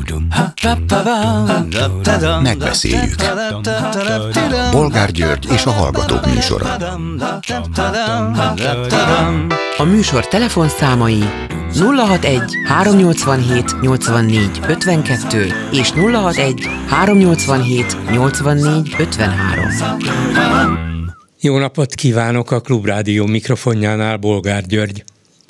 Megbeszéljük. Bolgár György és a Hallgatók műsora. A műsor telefonszámai 061 387 84 52 és 061 387 84 53. Jó napot kívánok, a Klubrádió mikrofonjánál Bolgár György.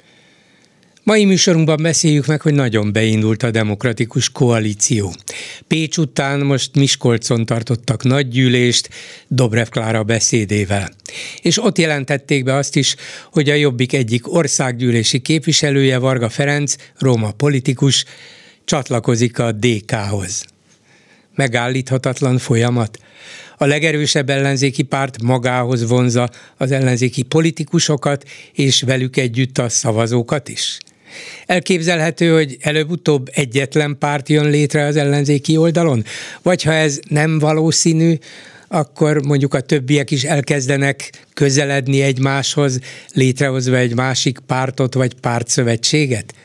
Mai műsorunkban beszéljük meg, hogy nagyon beindult a demokratikus koalíció. Pécs után most Miskolcon tartottak nagygyűlést Dobrev Klára beszédével. És ott jelentették be azt is, hogy a Jobbik egyik országgyűlési képviselője, Varga Ferenc, roma politikus, csatlakozik a DK-hoz. Megállíthatatlan folyamat. A legerősebb ellenzéki párt magához vonzza az ellenzéki politikusokat, és velük együtt a szavazókat is. Elképzelhető, hogy előbb-utóbb egyetlen párt jön létre az ellenzéki oldalon? Vagy ha ez nem valószínű, akkor mondjuk a többiek is elkezdenek közeledni egymáshoz, létrehozva egy másik pártot vagy pártszövetséget?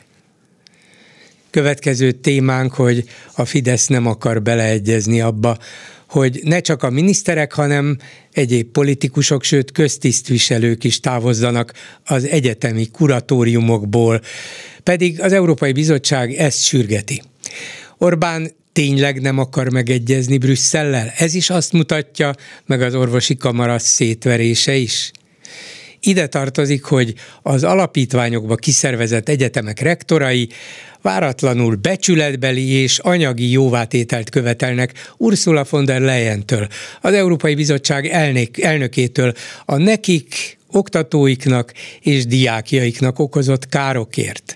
Következő témánk, hogy a Fidesz nem akar beleegyezni abba, hogy ne csak a miniszterek, hanem egyéb politikusok, sőt köztisztviselők is távozzanak az egyetemi kuratóriumokból, pedig az Európai Bizottság ezt sürgeti. Orbán tényleg nem akar megegyezni Brüsszellel? Ez is azt mutatja, meg az orvosi kamara szétverése is. Ide tartozik, hogy az alapítványokba kiszervezett egyetemek rektorai váratlanul becsületbeli és anyagi jóvátételt követelnek Ursula von der Leyentől, az Európai Bizottság elnökétől a nekik, oktatóiknak és diákjaiknak okozott károkért.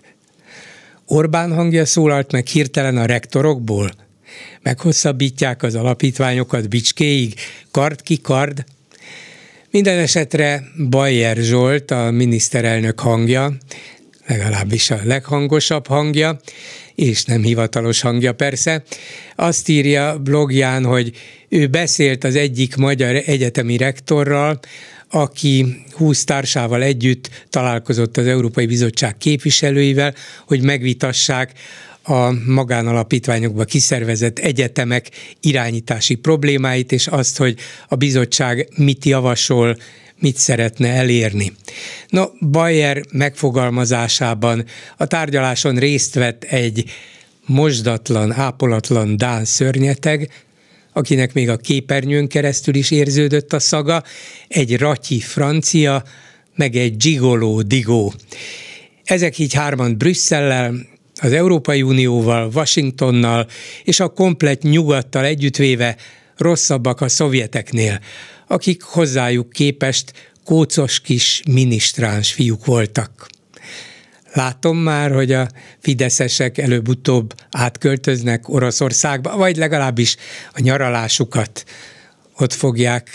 Orbán hangja szólalt meg hirtelen a rektorokból? Meghosszabbítják az alapítványokat bicskéig, kard ki kard? Minden esetre Bayer Zsolt, a miniszterelnök hangja, legalábbis a leghangosabb hangja, és nem hivatalos hangja persze, azt írja blogján, hogy ő beszélt az egyik magyar egyetemi rektorral, aki 20 társával együtt találkozott az Európai Bizottság képviselőivel, hogy megvitassák a magánalapítványokba kiszervezett egyetemek irányítási problémáit, és azt, hogy a bizottság mit javasol, mit szeretne elérni. No, Bayer megfogalmazásában a tárgyaláson részt vett egy mosdatlan, ápolatlan dán szörnyeteg, akinek még a képernyőn keresztül is érződött a szaga, egy ratyi francia, meg egy gigoló digó. Ezek így hárman Brüsszellel, az Európai Unióval, Washingtonnal és a komplett nyugattal együttvéve rosszabbak a szovjeteknél, akik hozzájuk képest kócos kis minisztráns fiúk voltak. Látom már, hogy a fideszesek előbb-utóbb átköltöznek Oroszországba, vagy legalábbis a nyaralásukat ott fogják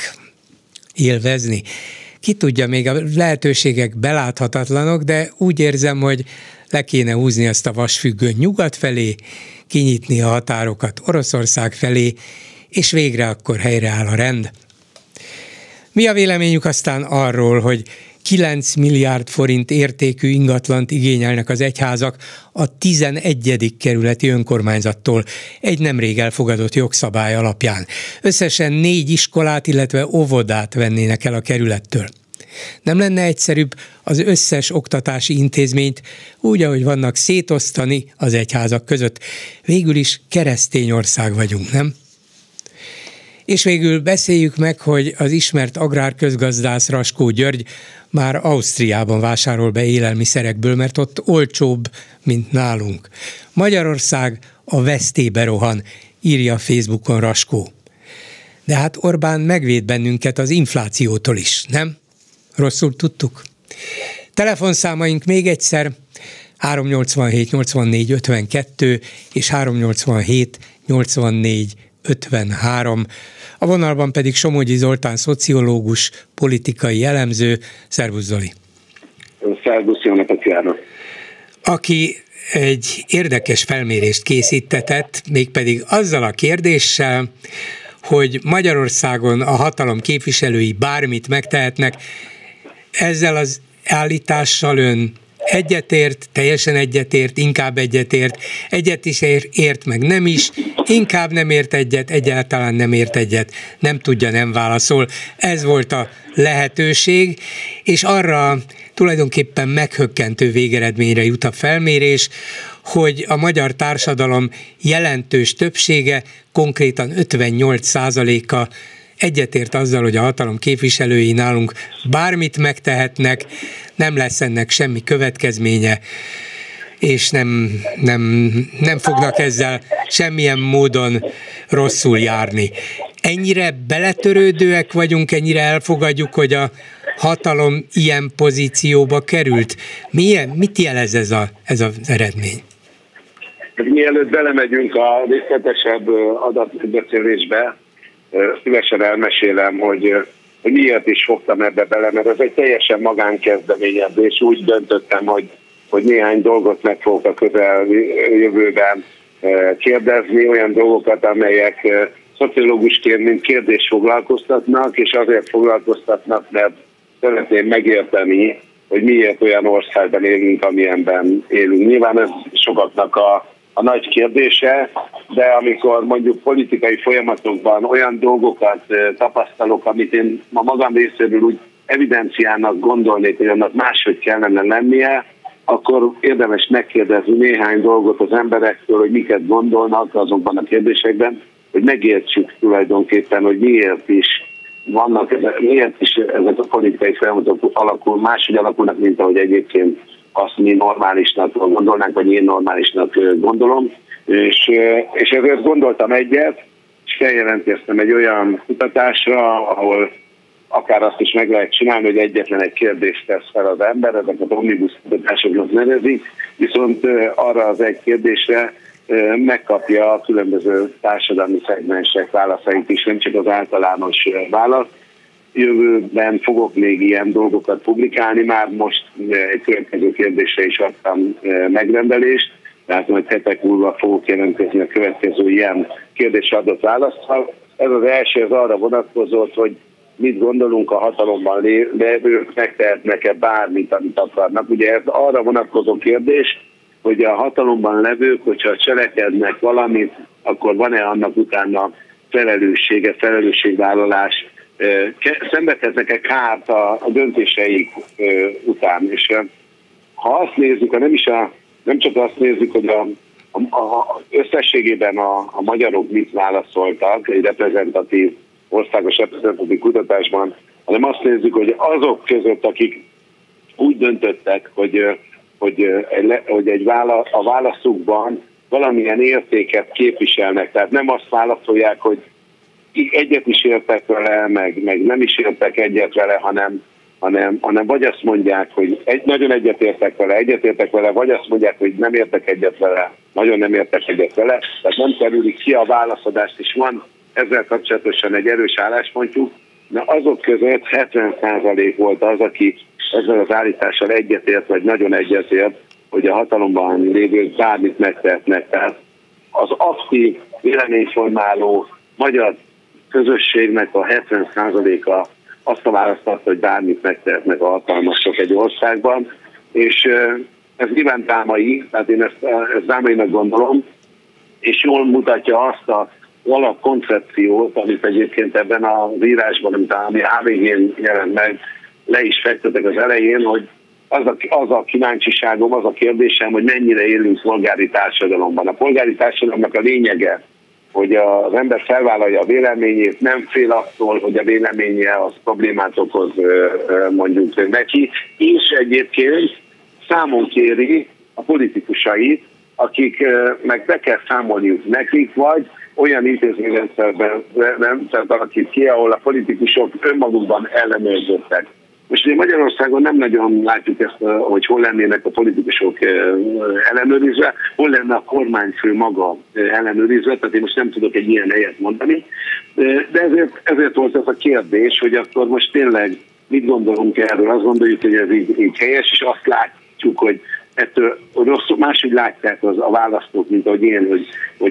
élvezni. Ki tudja, még a lehetőségek beláthatatlanok, de úgy érzem, hogy le kéne húzni azt a vasfüggönyt nyugat felé, kinyitni a határokat Oroszország felé, és végre akkor helyreáll a rend. Mi a véleményük aztán arról, hogy 9 milliárd forint értékű ingatlant igényelnek az egyházak a 11. kerületi önkormányzattól egy nemrég elfogadott jogszabály alapján. Összesen 4 iskolát, illetve óvodát vennének el a kerülettől. Nem lenne egyszerűbb az összes oktatási intézményt úgy, ahogy vannak, szétosztani az egyházak között? Végül is keresztény ország vagyunk, nem? És végül beszéljük meg, hogy az ismert agrárközgazdász Raskó György már Ausztriában vásárol be élelmiszerekből, mert ott olcsóbb, mint nálunk. Magyarország a vesztébe rohan, írja Facebookon Raskó. De hát Orbán megvéd bennünket az inflációtól is, nem? Rosszul tudtuk? Telefonszámaink még egyszer 387 84 52 és 387 84 53. A vonalban pedig Somogyi Zoltán szociológus, politikai elemző. Szervusz, Zoli! Szervusz, jó napot kívánok! Aki egy érdekes felmérést készítetett, mégpedig azzal a kérdéssel, hogy Magyarországon a hatalom képviselői bármit megtehetnek, ezzel az állítással ön egyetért, teljesen egyetért, inkább egyetért, egyet is ért, meg nem is, inkább nem ért egyet, egyáltalán nem ért egyet, nem tudja, nem válaszol. Ez volt a lehetőség, és arra tulajdonképpen meghökkentő végeredményre jut a felmérés, hogy a magyar társadalom jelentős többsége, konkrétan 58%-a egyetért azzal, hogy a hatalom képviselői nálunk bármit megtehetnek, nem lesz ennek semmi következménye, és nem fognak ezzel semmilyen módon rosszul járni. Ennyire beletörődőek vagyunk, ennyire elfogadjuk, hogy a hatalom ilyen pozícióba került. Mit jelez ez az eredmény? Mielőtt belemegyünk a részletesebb adatbeszélésbe, szívesen elmesélem, hogy miért is fogtam ebbe bele, mert ez egy teljesen magánkezdeményezés. Úgy döntöttem, hogy néhány dolgot meg fogok a közeljövőben kérdezni, olyan dolgokat, amelyek szociológusként mint kérdés foglalkoztatnak, és azért foglalkoztatnak, mert szeretném megérteni, hogy miért olyan országban élünk, amilyenben élünk. Nyilván ez sokaknak a nagy kérdése, de amikor mondjuk politikai folyamatokban olyan dolgokat tapasztalok, amit én a magam részéről úgy evidenciának gondolnék, hogy annak máshogy kellene lennie, akkor érdemes megkérdezni néhány dolgot az emberektől, hogy miket gondolnak azokban a kérdésekben, hogy megértsük tulajdonképpen, hogy miért is ezek a politikai folyamatok máshogy alakulnak, mint ahogy egyébként azt mi normálisnak gondolnánk, vagy én normálisnak gondolom. És ezért gondoltam egyet, és feljelentkeztem egy olyan kutatásra, ahol akár azt is meg lehet csinálni, hogy egyetlen egy kérdést tesz fel az ember, ezeket omnibus kutatásoknak nevezik, viszont arra az egy kérdésre megkapja a különböző társadalmi szegmensek válaszait is, nem csak az általános választ. Jövőben fogok még ilyen dolgokat publikálni, már most egy következő kérdésre is adtam megrendelést, tehát majd hetek múlva fogok jelentkezni a következő ilyen kérdésre adott választtal. Ez az első, ez arra vonatkozott, hogy mit gondolunk a hatalomban lévők, megtehetnek-e bármit, amit akarnak. Ugye ez arra vonatkozó kérdés, hogy a hatalomban levők, hogyha cselekednek valamit, akkor van-e annak utána felelőssége, felelősségvállalás, szenvedhetnek-e kárt a döntéseik után. És ha azt nézzük, nem csak azt nézzük, hogy összességében a magyarok mit válaszoltak egy országos reprezentatív kutatásban, hanem azt nézzük, hogy azok között, akik úgy döntöttek, hogy a válaszukban valamilyen értéket képviselnek. Tehát nem azt válaszolják, hogy egyet is értek vele, meg nem is értek egyet vele, hanem vagy azt mondják, hogy nagyon egyetértek vele, vagy azt mondják, hogy nem értek egyet vele, nagyon nem értek egyet vele. Tehát nem kerülik ki a válaszadást, és van ezzel kapcsolatosan egy erős álláspontjuk. Na azok között 70% volt az, aki ezzel az állítással egyetért, vagy nagyon egyetért, hogy a hatalomban lévők bármit megtehetnek. Tehát az aktív véleményformáló magyar közösségnek a 70%-a azt a választott, hogy bármit megtehetnek a hatalmasok egy országban, és ez nyilván drámai, tehát én ezt drámainak gondolom, és jól mutatja azt a alapkoncepciót, amit egyébként ebben az írásban, ami a HVG-n jelent meg, le is fektetek az elején, hogy az a kíváncsiságom, az a kérdésem, hogy mennyire élünk polgári társadalomban. A polgári társadalomnak a lényege, hogy az ember felvállalja a véleményét, nem fél attól, hogy a véleménye az problémát okoz mondjuk neki, és egyébként számon kéri a politikusait, akik meg be kell számolniuk nekik, vagy olyan intézményrendszerben alakít ki, ahol a politikusok önmagukban ellenőrzöttek. Most ugye Magyarországon nem nagyon látjuk ezt, hogy hol lennének a politikusok ellenőrizve, hol lenne a kormányfő maga ellenőrizve, tehát én most nem tudok egy ilyen helyet mondani, de ezért volt ez a kérdés, hogy akkor most tényleg mit gondolunk erről, azt gondoljuk, hogy ez így helyes, és azt látjuk, hogy ettől máshogy látják a választók, mint ahogy én,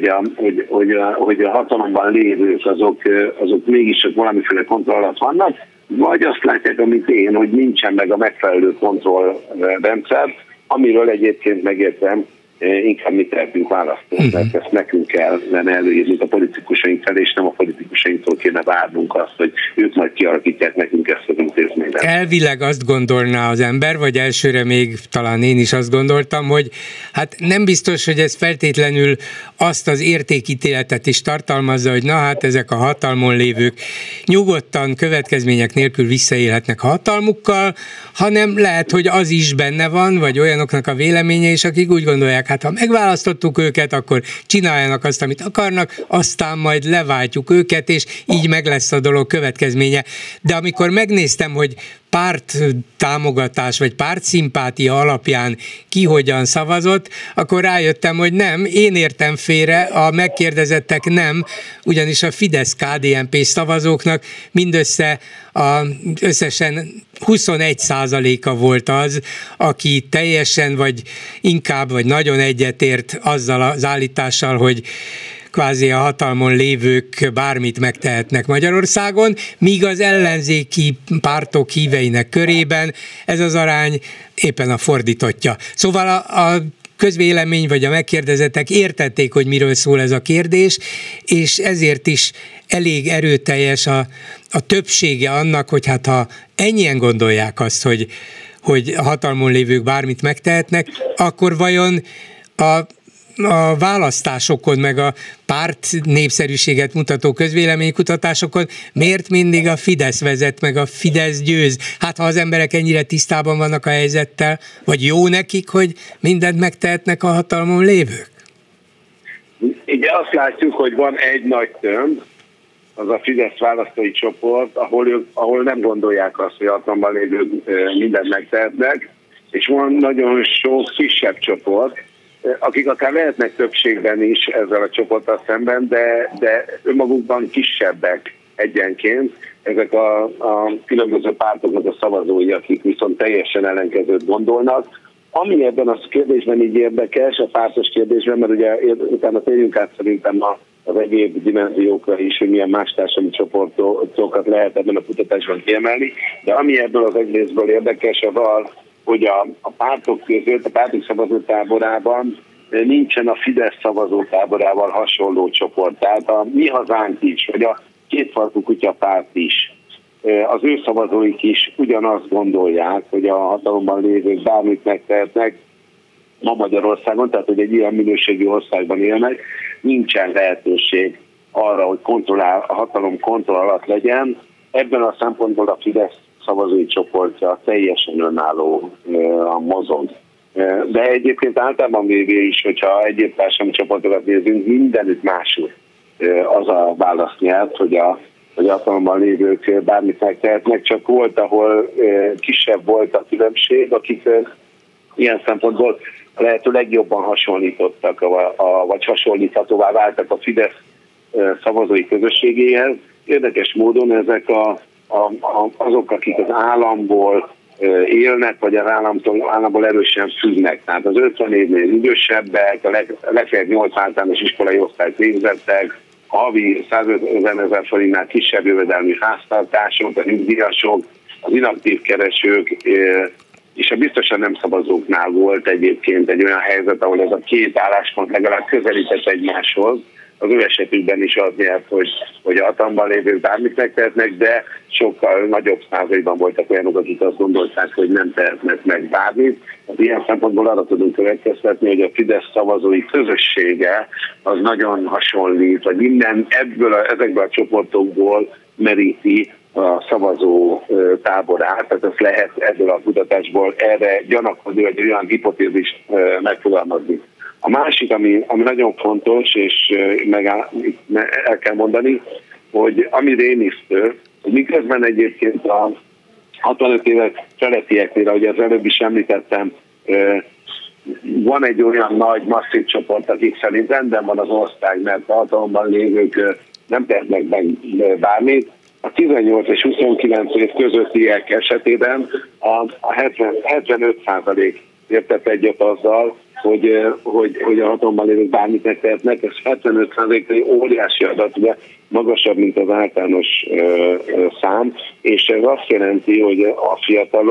hogy a hatalomban lévők azok mégiscsak valamiféle kontroll alatt vannak, vagy azt látják, amit én, hogy nincsen meg a megfelelő kontrollrendszer, amiről egyébként megértem, inkább mi tehetünk választót, mert ezt nekünk kellene előírni a politikusaink felé, és nem a politikusainktól kéne várnunk azt, hogy ők majd kialakítják nekünk ezt az intézményt. Elvileg azt gondolná az ember, vagy elsőre még talán én is azt gondoltam, hogy hát nem biztos, hogy ez feltétlenül azt az értékítéletet is tartalmazza, hogy na hát ezek a hatalmon lévők nyugodtan, következmények nélkül visszaélhetnek hatalmukkal, hanem lehet, hogy az is benne van, vagy olyanoknak a véleménye is, akik úgy gondolják, hát ha megválasztottuk őket, akkor csináljanak azt, amit akarnak, aztán majd leváltjuk őket, és így meg lesz a dolog következménye. De amikor megnéztem, hogy párt támogatás vagy pártszimpátia alapján ki hogyan szavazott, akkor rájöttem, hogy nem, én értem félre, a megkérdezettek nem, ugyanis a Fidesz-KDNP szavazóknak mindössze összesen 21%-a volt az, aki teljesen vagy inkább vagy nagyon egyetért azzal az állítással, hogy kvázi a hatalmon lévők bármit megtehetnek Magyarországon, míg az ellenzéki pártok híveinek körében ez az arány éppen a fordítottja. Szóval a közvélemény vagy a megkérdezettek értették, hogy miről szól ez a kérdés, és ezért is elég erőteljes a többsége annak, hogy hát ha ennyien gondolják azt, hogy a hatalmon lévők bármit megtehetnek, akkor vajon a választásokon, meg a párt népszerűséget mutató közvéleménykutatásokon miért mindig a Fidesz vezet, meg a Fidesz győz? Hát ha az emberek ennyire tisztában vannak a helyzettel, vagy jó nekik, hogy mindent megtehetnek a hatalmon lévők? Ugye azt látjuk, hogy van egy nagy tömb, az a Fidesz választói csoport, ahol nem gondolják azt, hogy hatalomban lévők mindent megtehetnek, és van nagyon sok kisebb csoport, akik akár lehetnek többségben is ezzel a csoporttal szemben, de önmagukban kisebbek egyenként. Ezek a különböző pártoknak a szavazói, akik viszont teljesen ellenkezőt gondolnak. Ami ebben a kérdésben így érdekes, a pártos kérdésben, mert ugye utána térjünk át szerintem az egyéb dimenziókra is, hogy milyen más társadalmi csoportokat lehet ebben a kutatásban kiemelni, de ami ebből az egészből érdekes, az hogy a pártok között, a pártok szavazótáborában nincsen a Fidesz szavazótáborával hasonló csoport. Tehát a Mi Hazánk is, vagy a Kétfarkú Kutya párt is, az ő szavazóik is ugyanazt gondolják, hogy a hatalomban lévők bármit megtehetnek ma Magyarországon, tehát hogy egy ilyen minőségű országban élnek, nincsen lehetőség arra, hogy a hatalom kontroll alatt legyen. Ebben a szempontból a Fidesz szavazói csoportja teljesen önálló mozog. De egyébként általában véve is, hogyha egyéb társadalmi csoportokat nézünk, mindenütt máshogy az a válasz nyert, hogy a hatalomban lévők bármit megtehetnek, csak volt, ahol kisebb volt a különbség, akik ilyen szempontból lehető legjobban hasonlítottak, vagy hasonlíthatóvá váltak a Fidesz szavazói közösségéhez. Érdekes módon ezek azok, akik az államból élnek, vagy az államból erősen függnek. Tehát az 50 évnél idősebbek, a legfeljebb 8 általános iskolai osztályt végzettek, a havi 150 000 forintnál kisebb jövedelmű háztartások, a nyugdíjasok, az inaktív keresők, és a biztosan nem szavazóknál volt egyébként egy olyan helyzet, ahol ez a két álláspont legalább közelített egymáshoz. Az ő esetükben is az nyert, hogy a hatalomban lévők bármit megtehetnek, de sokkal nagyobb százalékban voltak olyanok, akik azt gondolták, hogy nem tehetnek meg bármit. Az ilyen szempontból arra tudunk következtetni, hogy a Fidesz szavazói közössége az nagyon hasonlít, vagy minden ezekből a csoportokból meríti a szavazó táborát, tehát ezt lehet ebből a kutatásból erre gyanakodni, vagy olyan hipotézist megfogalmazni. A másik, ami nagyon fontos, és el kell mondani, hogy ami rémisztő, hogy miközben egyébként a 65 évek felettieknél, ahogy az előbb is említettem, van egy olyan nagy, masszív csoport, akik szerint rendben van az ország, mert a hatalomban lévők nem tehetnek meg bármit. A 18 és 29 év közöttiek esetében a 75% értett egyet azzal, hogy a hatalomban lévők bármit megtehetnek, ez 75%-ai óriási adat, ugye magasabb, mint az általános szám, és ez azt jelenti, hogy a fiatalok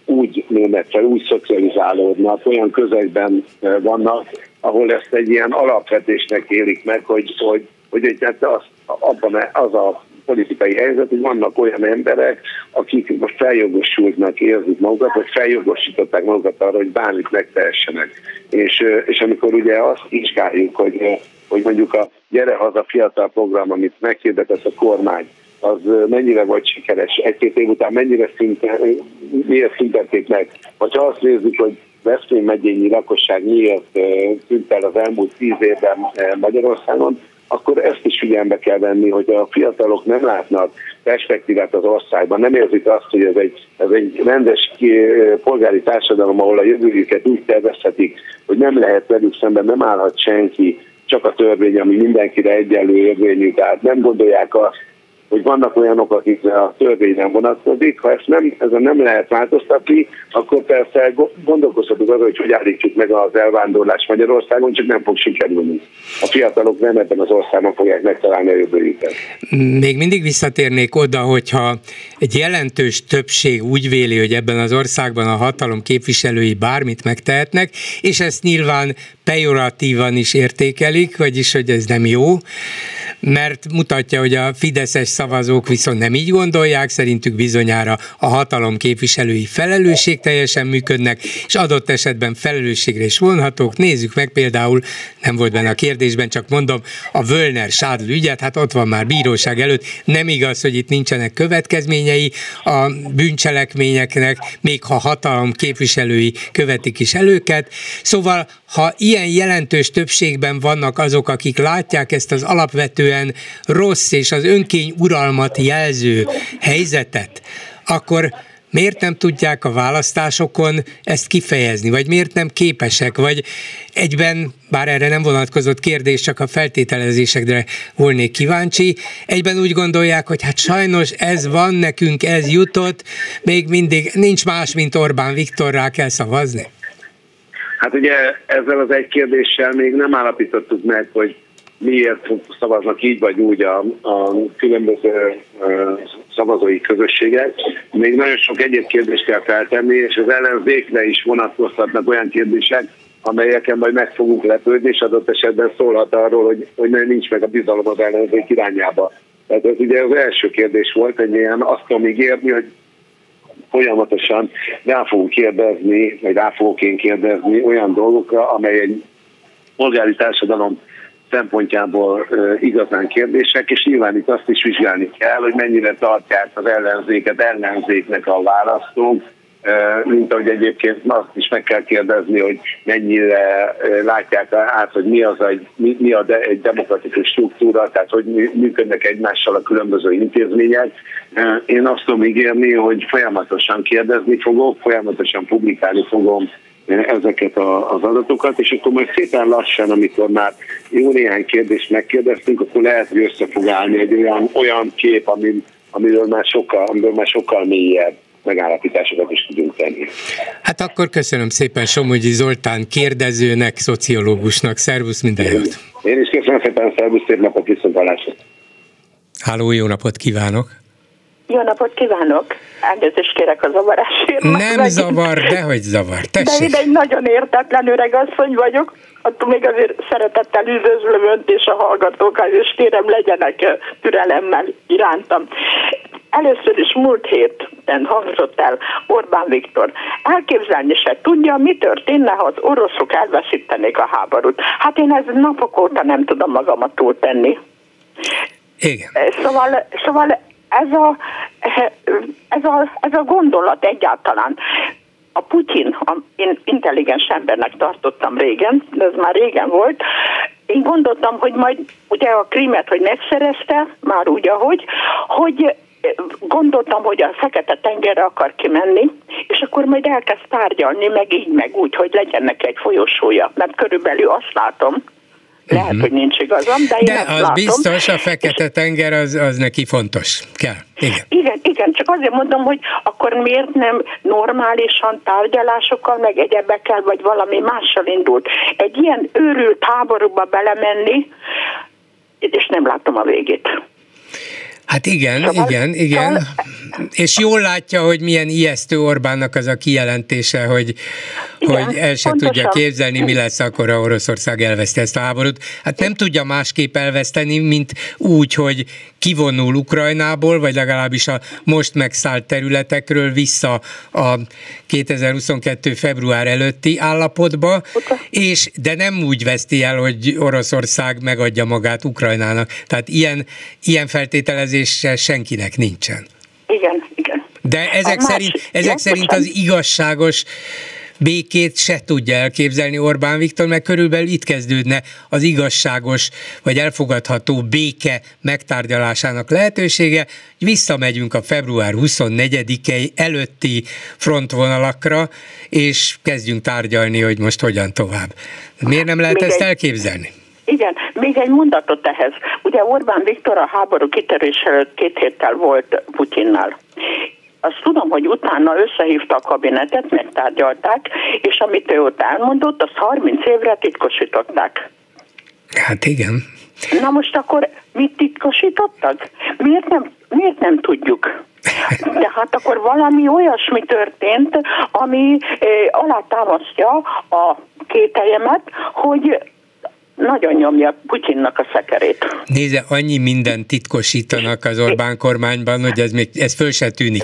úgy nőnek fel, úgy szocializálódnak, olyan közegben vannak, ahol ezt egy ilyen alapvetésnek élik meg, hogy abban az a politikai helyzet, hogy vannak olyan emberek, akik most feljogosultnak érzik magukat, vagy feljogosították magukat arra, hogy bármit megtehessenek. És amikor ugye azt vizsgáljuk, hogy mondjuk a Gyere Haza Fiatal program, amit meghirdetett a kormány, az mennyire volt sikeres, egy-két év után miért szüntették meg. Vagy ha azt nézzük, hogy Veszprém megyényi lakosság miért tűnt el az elmúlt 10 évben Magyarországon, akkor ezt is figyelembe kell venni, hogy a fiatalok nem látnak perspektívát az országban, nem érzik azt, hogy ez egy rendes polgári társadalom, ahol a jövőjüket úgy tervezhetik, hogy nem lehet velük szemben, nem állhat senki, csak a törvény, ami mindenkire egyenlő érvényű, tehát nem gondolják azt, hogy vannak olyanok, akikre a törvény nem vonatkozik. Ha ezen nem lehet változtatni, akkor persze gondolkozhatunk arra, hogy állítsuk meg az elvándorlást Magyarországon, csak nem fog sikerülni. A fiatalok nem ebben az országban fogják megtalálni a jövőjüket. Még mindig visszatérnék oda, hogyha egy jelentős többség úgy véli, hogy ebben az országban a hatalom képviselői bármit megtehetnek, és ezt nyilván pejoratívan is értékelik, vagyis hogy ez nem jó, mert mutatja, hogy a fideszes szavazók viszont nem így gondolják, szerintük bizonyára a hatalom képviselői felelősségteljesen működnek, és adott esetben felelősségre is vonhatók. Nézzük meg például, nem volt benne a kérdésben, csak mondom, a Völner-Sádl ügyet, hát ott van már bíróság előtt, nem igaz, hogy itt nincsenek következményei a bűncselekményeknek, még ha hatalom képviselői követik is előket. Szóval, ha ilyen jelentős többségben vannak azok, akik látják ezt az alapvetően rossz és az önkény uralmat jelző helyzetet, akkor miért nem tudják a választásokon ezt kifejezni, vagy miért nem képesek, vagy egyben, bár erre nem vonatkozott kérdés, csak a feltételezésekre volnék kíváncsi, egyben úgy gondolják, hogy hát sajnos ez van nekünk, ez jutott, még mindig nincs más, mint Orbán Viktor, rá kell szavazni? Hát ugye ezzel az egy kérdéssel még nem állapítottuk meg, hogy miért szavaznak így vagy úgy a különböző szavazói közösségek. Még nagyon sok egyéb kérdést kell feltenni, és az ellenzékre is vonatkoztatnak olyan kérdések, amelyeken majd meg fogunk lepődni, és adott esetben szólhat arról, hogy nincs meg a bizalom az ellenzék irányába. Tehát ez ugye az első kérdés volt, egy ilyen azt tudom ígérni, hogy folyamatosan rá fogunk kérdezni, vagy rá fogok én kérdezni olyan dolgokra, amely egy polgári társadalom szempontjából igazán kérdések, és nyilván itt azt is vizsgálni kell, hogy mennyire tartják az ellenzéknek a választók, mint ahogy egyébként azt is meg kell kérdezni, hogy mennyire látják át, hogy mi egy demokratikus struktúra, tehát hogy működnek egymással a különböző intézmények. Én azt tudom ígérni, hogy folyamatosan kérdezni fogok, folyamatosan publikálni fogom ezeket az adatokat, és akkor majd szépen lassan, amikor már jó néhány kérdést megkérdeztünk, akkor lehet, hogy össze fog állni egy olyan kép, amiről már sokkal mélyebb megállapításokat is tudunk tenni. Hát akkor köszönöm szépen Somogyi Zoltán kérdezőnek, szociológusnak. Szervusz, minden jót! Én is köszönöm szépen, szervusz, szép napot, viszontlátásra! Háló, jó napot kívánok! Jó napot kívánok! Elnézést kérek a zavarásért. Nem zavar, dehogy zavar. Tessék. De egy nagyon értetlen öregasszony vagyok, attól még azért szeretettel üdvözlöm önt és a hallgatókat, és kérem, legyenek türelemmel irántam. Először is múlt héten hangzott el Orbán Viktor. Elképzelni se tudja, mi történne, ha az oroszok elveszítenék a háborút. Hát én ezt napok óta nem tudom magamat túltenni. Igen. Szóval ez a gondolat egyáltalán. A Putyin, én intelligens embernek tartottam régen, de ez már régen volt. Én gondoltam, hogy majd ugye a Krímet, hogy megszerezte, már úgy, hogy gondoltam, hogy a Fekete-tengerre akar kimenni, és akkor majd elkezd tárgyalni, meg így, meg úgy, hogy legyen neki egy folyosója. Mert körülbelül azt látom, lehet, hogy nincs igazam, de én az látom. Biztos, a Fekete-tenger az neki fontos. Kell. Igen, csak azért mondom, hogy akkor miért nem normálisan tárgyalásokkal, meg egyebekkel, vagy valami mással indult. Egy ilyen őrült háborúba belemenni, és nem látom a végét. Hát igen. És jól látja, hogy milyen ijesztő Orbánnak az a kijelentése, hogy el sem tudja képzelni, mi lesz akkor, ha Oroszország elveszti ezt a háborút. Hát nem tudja másképp elveszteni, mint úgy, hogy kivonul Ukrajnából, vagy legalábbis a most megszállt területekről vissza a 2022. február előtti állapotba, de nem úgy veszti el, hogy Oroszország megadja magát Ukrajnának. Tehát ilyen feltételezéssel senkinek nincsen. Igen. De ezek szerint az igazságos békét se tudja elképzelni Orbán Viktor, mert körülbelül itt kezdődne az igazságos vagy elfogadható béke megtárgyalásának lehetősége, hogy visszamegyünk a február 24-i előtti frontvonalakra, és kezdjünk tárgyalni, hogy most hogyan tovább. Miért nem lehet ezt elképzelni? Igen, még egy mondatot ehhez. Ugye Orbán Viktor a háború kitörés előtt 2 héttel volt Putyinnal. Azt tudom, hogy utána összehívta a kabinetet, megtárgyalták, és amit ő ott elmondott, azt 30 évre titkosították. Hát igen. Na most akkor mit titkosítottak? Miért nem tudjuk? Tehát akkor valami olyasmi történt, ami alátámasztja a kételjemet, hogy nagyon nyomja Putyinnak a szekerét. Nézze, annyi mindent titkosítanak az Orbán kormányban, hogy ez föl se tűnik.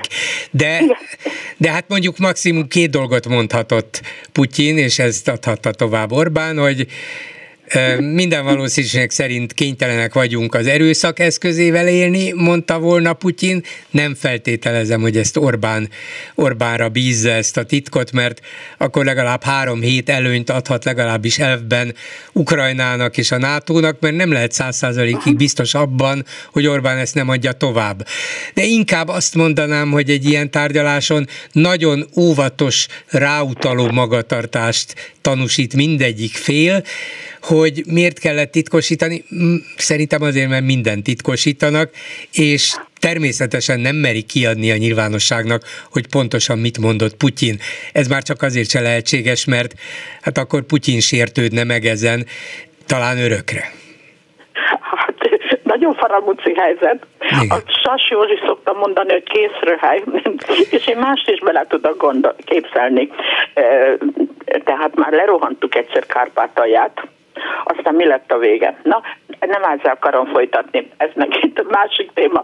De hát mondjuk maximum 2 dolgot mondhatott Putyin, és ezt adhatta tovább Orbán, hogy minden valószínűség szerint kénytelenek vagyunk az erőszak eszközével élni, mondta volna Putyin. Nem feltételezem, hogy ezt Orbánra bízza ezt a titkot, mert akkor legalább 3 hét előnyt adhat legalábbis elvben Ukrajnának és a NATO-nak, mert nem lehet 100%-ig biztos abban, hogy Orbán ezt nem adja tovább. De inkább azt mondanám, hogy egy ilyen tárgyaláson nagyon óvatos, ráutaló magatartást tanúsít mindegyik fél, hogy miért kellett titkosítani. Szerintem azért, mert mindent titkosítanak, és természetesen nem merik kiadni a nyilvánosságnak, hogy pontosan mit mondott Putyin. Ez már csak azért se lehetséges, mert hát akkor Putyin sértődne meg ezen, talán örökre. Hát, nagyon faramúci helyzet. Igen. A Sas Józsi szokta mondani, hogy készröhely, és én mást is bele tudok képzelni. Tehát már lerohantuk egyszer Kárpátalját, aztán mi lett a vége? Na, nem ezzel akarom folytatni, ez megint a másik téma.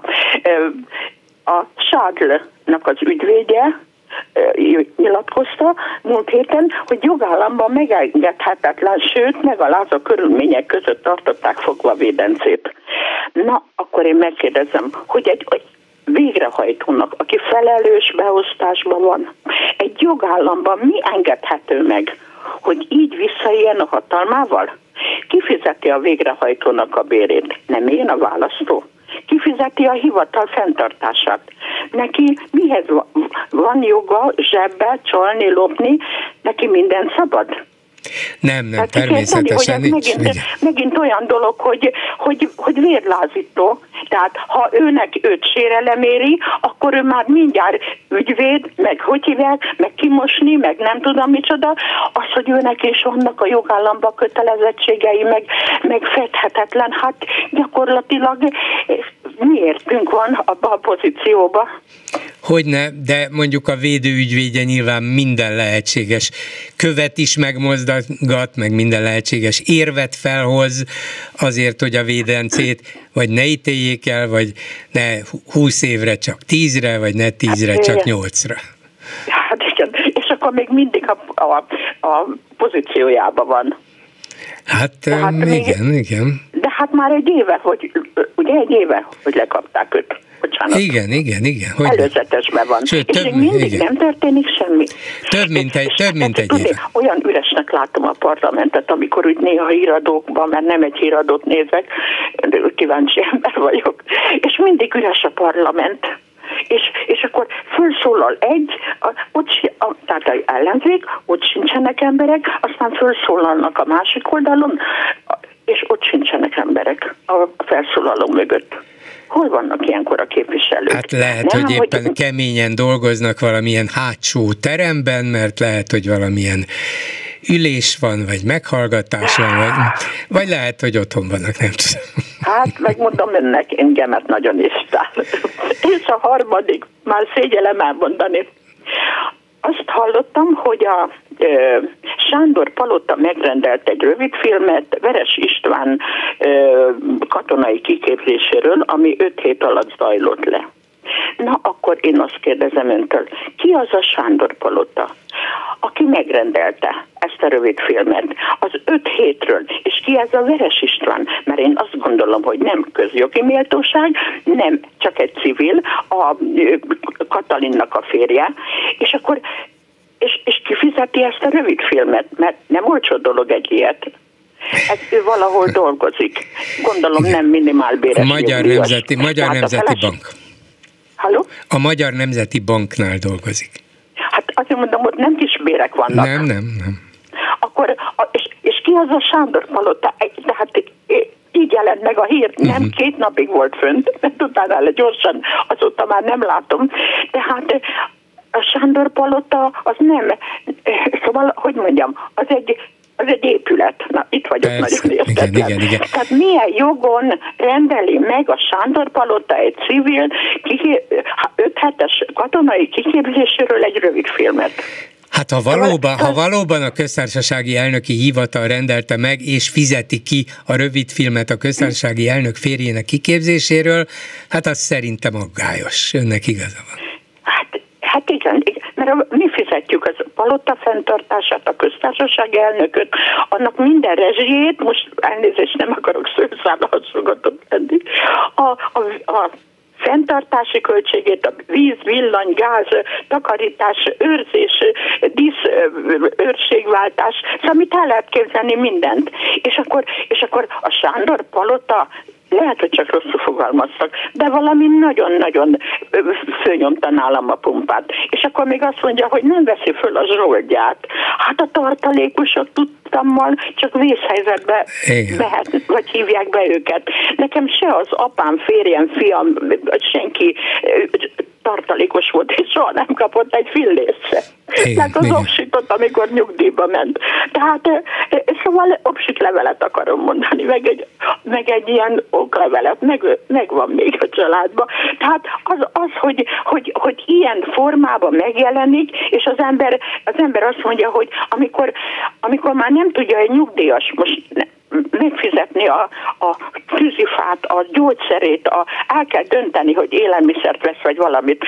A Sádlnak az ügyvédje nyilatkozta múlt héten, hogy jogállamban megengedhetetlen, sőt, megalázó körülmények között tartották fogva védencét. Na, akkor én megkérdezem, hogy egy végrehajtónak, aki felelős beosztásban van, egy jogállamban mi engedhető meg, hogy így visszaéljen a hatalmával? Ki fizeti a végrehajtónak a bérét? Nem én, a választó? Ki fizeti a hivatal fenntartását? Neki mihez van joga zsebbe, csalni, lopni? Neki minden szabad? Nem, természetesen nincs. Megint olyan dolog, hogy vérlázító. Tehát ha őt sérelem éri, akkor ő már mindjárt ügyvéd, meg hogy hívják, meg kimosni, meg nem tudom micsoda. Az, hogy őnek is vannak a jogállamban kötelezettségei, meg fedhetetlen, hát gyakorlatilag miértünk van abba a pozícióba. Hogyne, de mondjuk a védőügyvédje nyilván minden lehetséges követ is megmozgat, meg minden lehetséges érvet felhoz azért, hogy a védencét vagy ne ítéljék el, vagy ne 20 évre csak 10-re, vagy ne 10-re csak 8-ra. Hát igen, és akkor még mindig a pozíciójában van. Hát igen. De hát már egy éve, hogy lekapták őt. Bocsánat. Igen. Előzetesben van. Sőt, és még mindig nem történik semmi. Több mint egy éve. Olyan üresnek látom a parlamentet, amikor úgy néha híradókban, mert nem egy híradót nézek, kíváncsi ember vagyok, és mindig üres a parlament. És akkor felszólal tehát az ellenzék, ott sincsenek emberek, aztán felszólalnak a másik oldalon, és ott sincsenek emberek a felszólaló mögött. Hol vannak ilyenkor a képviselők? Hát lehet, hogy éppen keményen dolgoznak valamilyen hátsó teremben, mert lehet, hogy valamilyen ülés van, vagy meghallgatás van, vagy lehet, hogy otthon vannak, nem tudom. Hát, megmondom önnek, engemet nagyon isztál. És a harmadik, már szégyellem elmondani. Azt hallottam, hogy a Sándor Palota megrendelt egy rövidfilmet Veres István katonai kiképzéséről, ami 5 hét alatt zajlott le. Na, akkor én azt kérdezem öntől, ki az a Sándor Palota, aki megrendelte ezt a rövidfilmet az 5 hétről, és ki ez a Veres István? Mert én azt gondolom, hogy nem közjogi méltóság, nem csak egy civil, a Katalinnak a férje, és akkor és ki fizeti ezt a rövidfilmet, mert nem olcsó dolog egy ilyet. Ez ő valahol dolgozik. Gondolom nem minimálbéres. Magyar Nemzeti Bank. Halló? A Magyar Nemzeti Banknál dolgozik. Hát azért mondom, ott nem kis bérek vannak. Nem. Akkor, és ki az a Sándor Palota? Tehát így jelent meg a hír, nem 2 napig volt fönt, mert utána gyorsan, azóta már nem látom. Tehát a Sándor Palota az nem, szóval, hogy mondjam, az egy épület. Na, itt vagyok. Persze, nagyon értetlen. Igen. Tehát milyen jogon rendeli meg a Sándor Palota egy civil 5 hetes katonai kiképzéséről egy rövid filmet? Hát ha valóban a köztársasági elnöki hivatal rendelte meg, és fizeti ki a rövidfilmet a köztársasági elnök férjének kiképzéséről, hát az szerintem aggályos. Önnek igaza van. Hát igen, mert mi fizetjük az Palota fenntartását, a köztársasági elnököt, annak minden rezsijét, most elnézést nem akarok szőszállal szolgatott lenni, a fenntartási költségét, a víz, villany, gáz, takarítás, őrzés, őrségváltás, szóval mit el lehet képzelni mindent. És akkor a Sándor Palota, lehet, hogy csak rosszul fogalmaztak, de valami nagyon-nagyon fölnyomta nálam a pumpát. És akkor még azt mondja, hogy nem veszi föl a zsoldját. Hát a tartalékosok tudtammal csak vészhelyzetbe mehet, vagy hívják be őket. Nekem se az apám, férjem, fiam, senki tartalékos volt, és soha nem kapott egy fillért se. Mert az obsitot, amikor nyugdíjba ment. Tehát szóval obsit levelet akarom mondani, meg egy ilyen oklevelet, megvan még a családban. Tehát az hogy ilyen formában megjelenik, és az ember azt mondja, hogy amikor már nem tudja egy nyugdíjas most megfizetni a tűzifát, a gyógyszerét, el kell dönteni, hogy élelmiszert vesz, vagy valamit.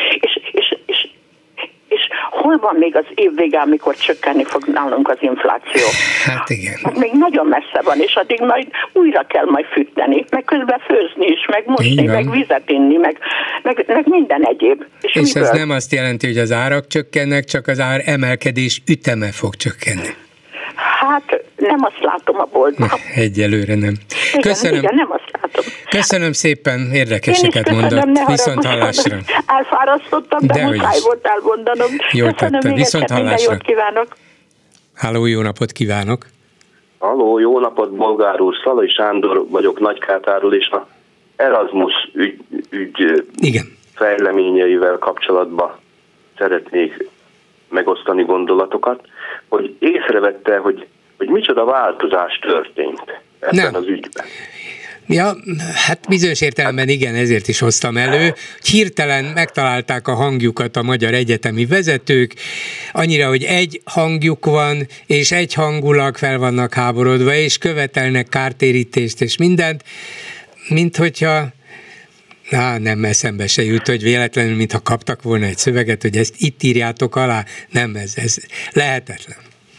És hol van még az év vége, amikor csökkenni fog nálunk az infláció? Hát igen. Hát még nagyon messze van, és addig majd újra kell majd fűteni, meg közben főzni is, meg mosni, meg vizet inni, meg minden egyéb. És ez nem azt jelenti, hogy az árak csökkennek, csak az ár emelkedés üteme fog csökkenni. Hát nem azt látom a boltban. Egyelőre nem. Köszönöm. Igen, nem azt látom. Köszönöm szépen, érdekeseket mondott. Viszont hallásra. Elfárasztottam, de muszáj volt elmondanom. Jól tette, viszont hallásra. Jót kívánok. Halló, jó napot kívánok. Halló, jó napot, Bolgár úr, Szalai Sándor vagyok Nagykátáról, és a Erasmus ügy fejleményeivel kapcsolatban szeretnék megosztani gondolatokat, hogy észrevette, hogy micsoda változás történt ebben az ügyben. Ja, hát bizonyos értelemben igen, ezért is hoztam elő. Hirtelen megtalálták a hangjukat a magyar egyetemi vezetők, annyira, hogy egy hangjuk van, és egyhangulag fel vannak háborodva, és követelnek kártérítést és mindent, mint hogyha nem eszembe se jut, hogy véletlenül, mintha kaptak volna egy szöveget, hogy ezt itt írjátok alá. Nem, ez lehetetlen.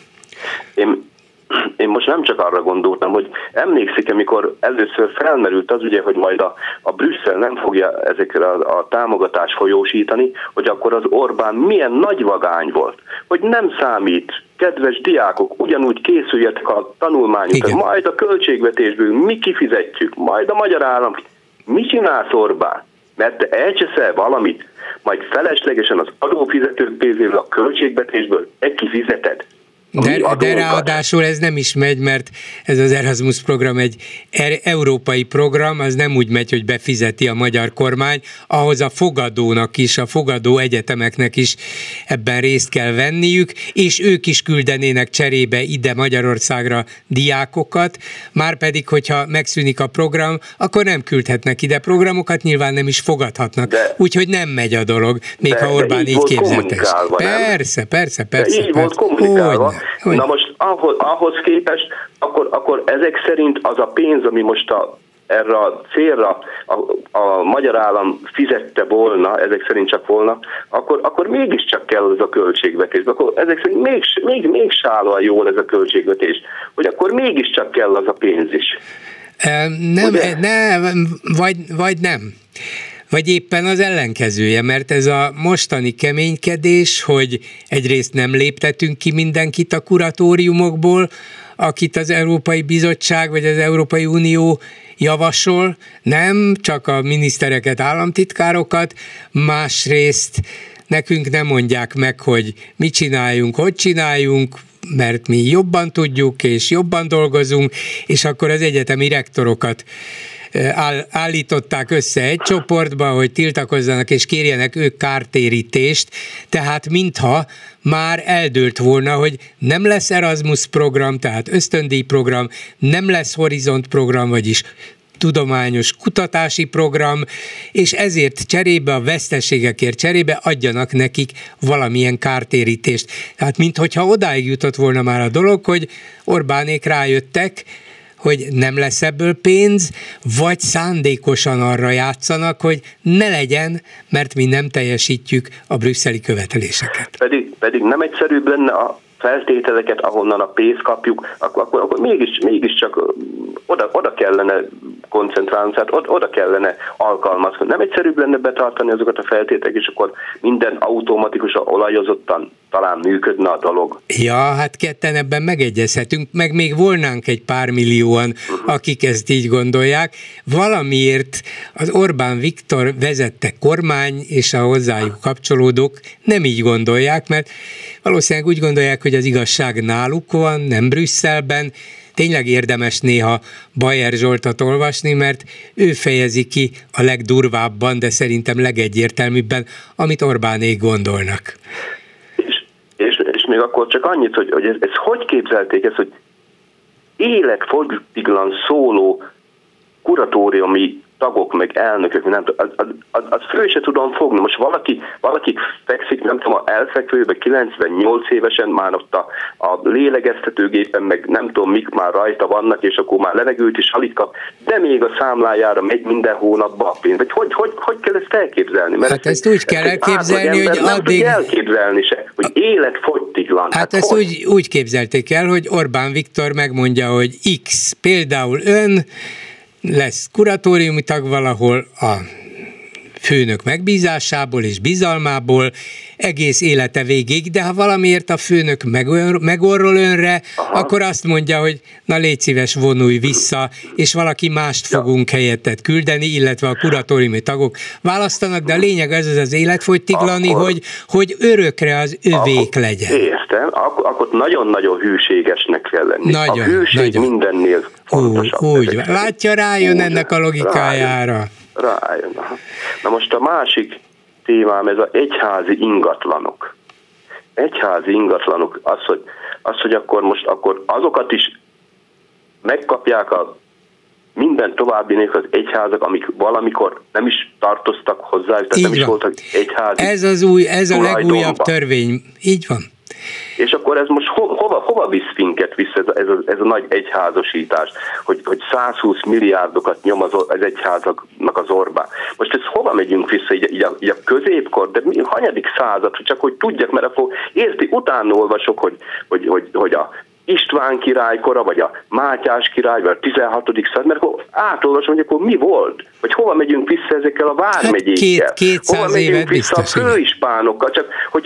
Én most nem csak arra gondoltam, hogy emlékszik, amikor először felmerült az ugye, hogy majd a Brüsszel nem fogja ezekre a támogatást folyósítani, hogy akkor az Orbán milyen nagy vagány volt, hogy nem számít, kedves diákok, ugyanúgy készüljetek a tanulmányokra, majd a költségvetésből mi kifizetjük, majd a magyar állam. Mit csinálsz, Orbán? Mert te elcseszel valamit, majd feleslegesen az adófizetők pénzéből, a költségvetésből kifizeted. De ráadásul ez nem is megy, mert ez az Erasmus program egy európai program, az nem úgy megy, hogy befizeti a magyar kormány, ahhoz a fogadónak is, a fogadó egyetemeknek is ebben részt kell venniük, és ők is küldenének cserébe ide Magyarországra diákokat, márpedig, hogyha megszűnik a program, akkor nem küldhetnek ide programokat, nyilván nem is fogadhatnak. Úgyhogy nem megy a dolog, még ha Orbán így képzelte. Persze. Így volt kommunikálva. Na most ahhoz képest, akkor ezek szerint az a pénz, ami most erre a célra a magyar állam fizette volna, ezek szerint csak volna, akkor mégiscsak kell ez a költségvetés. Akkor ezek szerint még sálóan jól ez a költségvetés, hogy akkor mégiscsak kell az a pénz is. Vagy nem. Vagy éppen az ellenkezője, mert ez a mostani keménykedés, hogy egyrészt nem léptetünk ki mindenkit a kuratóriumokból, akit az Európai Bizottság vagy az Európai Unió javasol, nem csak a minisztereket, államtitkárokat, másrészt nekünk nem mondják meg, hogy mit csináljunk, hogy csináljunk, mert mi jobban tudjuk és jobban dolgozunk, és akkor az egyetemi rektorokat állították össze egy csoportba, hogy tiltakozzanak és kérjenek ők kártérítést, tehát mintha már eldőlt volna, hogy nem lesz Erasmus program, tehát ösztöndíj program, nem lesz Horizont program, vagyis tudományos kutatási program, és ezért cserébe, a veszteségekért cserébe adjanak nekik valamilyen kártérítést. Tehát minthogyha odáig jutott volna már a dolog, hogy Orbánék rájöttek, hogy nem lesz ebből pénz, vagy szándékosan arra játszanak, hogy ne legyen, mert mi nem teljesítjük a brüsszeli követeléseket. Pedig nem egyszerűbb lenne a feltételeket, ahonnan a pénzt kapjuk, akkor mégiscsak oda kellene koncentrálni, tehát oda kellene alkalmazni. Nem egyszerűbb lenne betartani azokat a feltételeket, és akkor minden automatikusan, olajozottan talán működne a dolog. Ja, hát ketten ebben megegyezhetünk, meg még volnánk egy pár millióan, akik ezt így gondolják. Valamiért az Orbán Viktor vezette kormány, és a hozzájuk kapcsolódók nem így gondolják, mert valószínűleg úgy gondolják, hogy az igazság náluk van, nem Brüsszelben. Tényleg érdemes néha Bajer Zsoltot olvasni, mert ő fejezi ki a legdurvábban, de szerintem legegyértelműbben, amit Orbánék gondolnak. És még akkor csak annyit, hogy ez hogy képzelték ezt, hogy életfogytiglan szóló kuratóriumi tagok, meg elnökök, nem tudom, az föl se tudom fogni. Most valaki fekszik, nem tudom, elfekvőbe 98 évesen, már ott a lélegeztetőgépen, meg nem tudom, mik már rajta vannak, és akkor már levegőt is alig kap, de még a számlájára megy minden hónapban a pénz. Vagy hogy kell ezt elképzelni? Mert hát ezt úgy kell elképzelni, hogy addig... Nem elképzelni se, hogy életfogytiglan. Hát ezt úgy képzelték el, hogy Orbán Viktor megmondja, hogy X, például ön lesz kuratóriumi tag valahol a főnök megbízásából és bizalmából egész élete végig, de ha valamiért a főnök megorrol önre, akkor azt mondja, hogy na légy szíves, vonulj vissza, és valaki mást fogunk helyettet küldeni, illetve a kuratóriumi tagok választanak, de a lényeg az életfogytiglani, hogy örökre az övék legyen. Értem, akkor nagyon-nagyon hűségesnek kell lenni. Nagyon, a hűség nagyon. mindennél fontosabb. Úgy, látja, rájön ennek a logikájára. Rájön. Na most a másik témám ez az egyházi ingatlanok. Egyházi ingatlanok, az, hogy akkor azokat is megkapják a minden további nélkül az egyházak, amik valamikor nem is tartoztak hozzá, tehát nem is voltak egyházi. Ez a legújabb törvény. Így van. És akkor ez most hova visz minket vissza ez a nagy egyházasítás, hogy 120 milliárdokat nyom az egyházaknak az Orbán. Most ez hova megyünk vissza, így a középkor, de hanyadik század, csak hogy tudjak, mert akkor érti, utána olvasok, hogy a István király kora, vagy a Mátyás király, vagy a 16. század, mert akkor átolvasom, hogy akkor mi volt, vagy hova megyünk vissza ezekkel a vármegyékkel, hova megyünk vissza a főispánokkal, csak hogy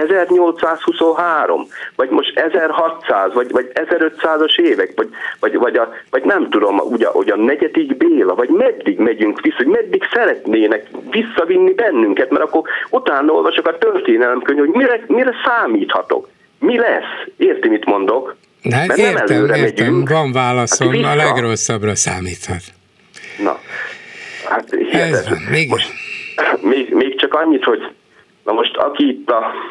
1823, vagy most 1600, vagy 1500-as évek, vagy nem tudom, ugye a 4. Béla, vagy meddig megyünk vissza, hogy meddig szeretnének visszavinni bennünket, mert akkor utána olvasok a történelemkönyv, hogy mire számíthatok. Mi lesz? Érti, mit mondok? Hát értem, van válaszom, hát a legrosszabbra számíthat. Na, hát ez van, most, még csak annyit, hogy na most aki itt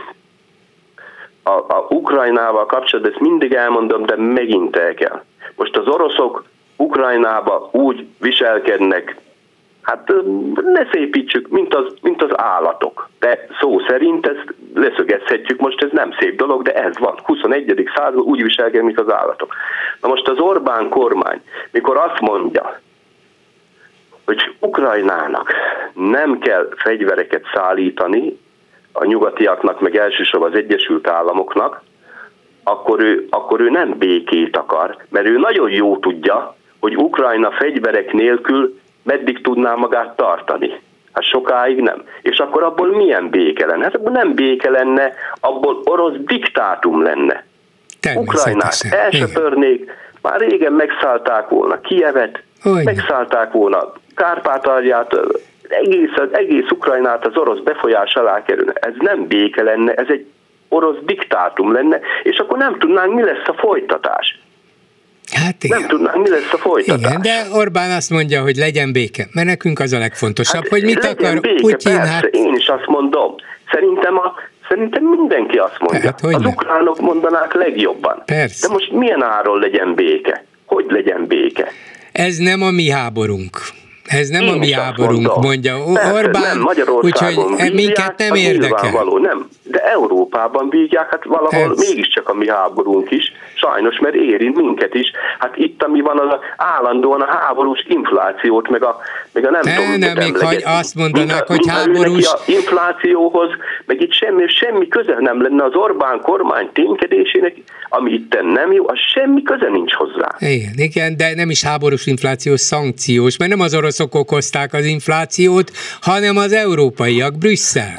a Ukrajnával kapcsolatban, ezt mindig elmondom, de megint el kell. Most az oroszok Ukrajnába úgy viselkednek, hát ne szépítsük, mint az állatok. De szó szerint ezt leszögezhetjük, most ez nem szép dolog, de ez van. 21. században úgy viselkednek, mint az állatok. Na most az Orbán kormány, mikor azt mondja, hogy Ukrajnának nem kell fegyvereket szállítani, a nyugatiaknak, meg elsősorban az Egyesült Államoknak, akkor ő nem békét akar, mert ő nagyon jó tudja, hogy Ukrajna fegyverek nélkül meddig tudná magát tartani. Hát sokáig nem. És akkor abból milyen béke lenne? Hát abból nem béke lenne, abból orosz diktátum lenne. Ukrajnát elsöpörnék, már régen megszállták volna Kijevet, megszállták volna Kárpátalját, egész Ukrajnát az orosz befolyás alá kerülne. Ez nem béke lenne, ez egy orosz diktátum lenne, és akkor nem tudnánk, mi lesz a folytatás. Hát igen. Nem tudnánk, mi lesz a folytatás. Igen, de Orbán azt mondja, hogy legyen béke, mert nekünk az a legfontosabb, hogy mit akar béke, Putyin. Persze, hát... én is azt mondom. Szerintem mindenki azt mondja. Hát, az ukránok mondanák legjobban. Persze. De most milyen áron legyen béke? Hogy legyen béke? Ez nem a mi háborunk. Ez nem a mi háborunk, mondja Orbán, úgyhogy minket nem érdekel. Nem, de Európában vígják, hát valahol mégiscsak a mi háborunk is, sajnos, mert érint minket is. Hát itt, ami van, az állandóan a háborús inflációt, meg a nem tudom, nem, még hogy azt mondanak, hogy háborús... A inflációhoz, meg itt semmi köze nem lenne az Orbán kormány ténykedésének, ami itten nem jó, az semmi köze nincs hozzá. Igen, de nem is háborús inflációs, szankciós, mert nem az oroszok okozták az inflációt, hanem az európaiak, Brüsszel.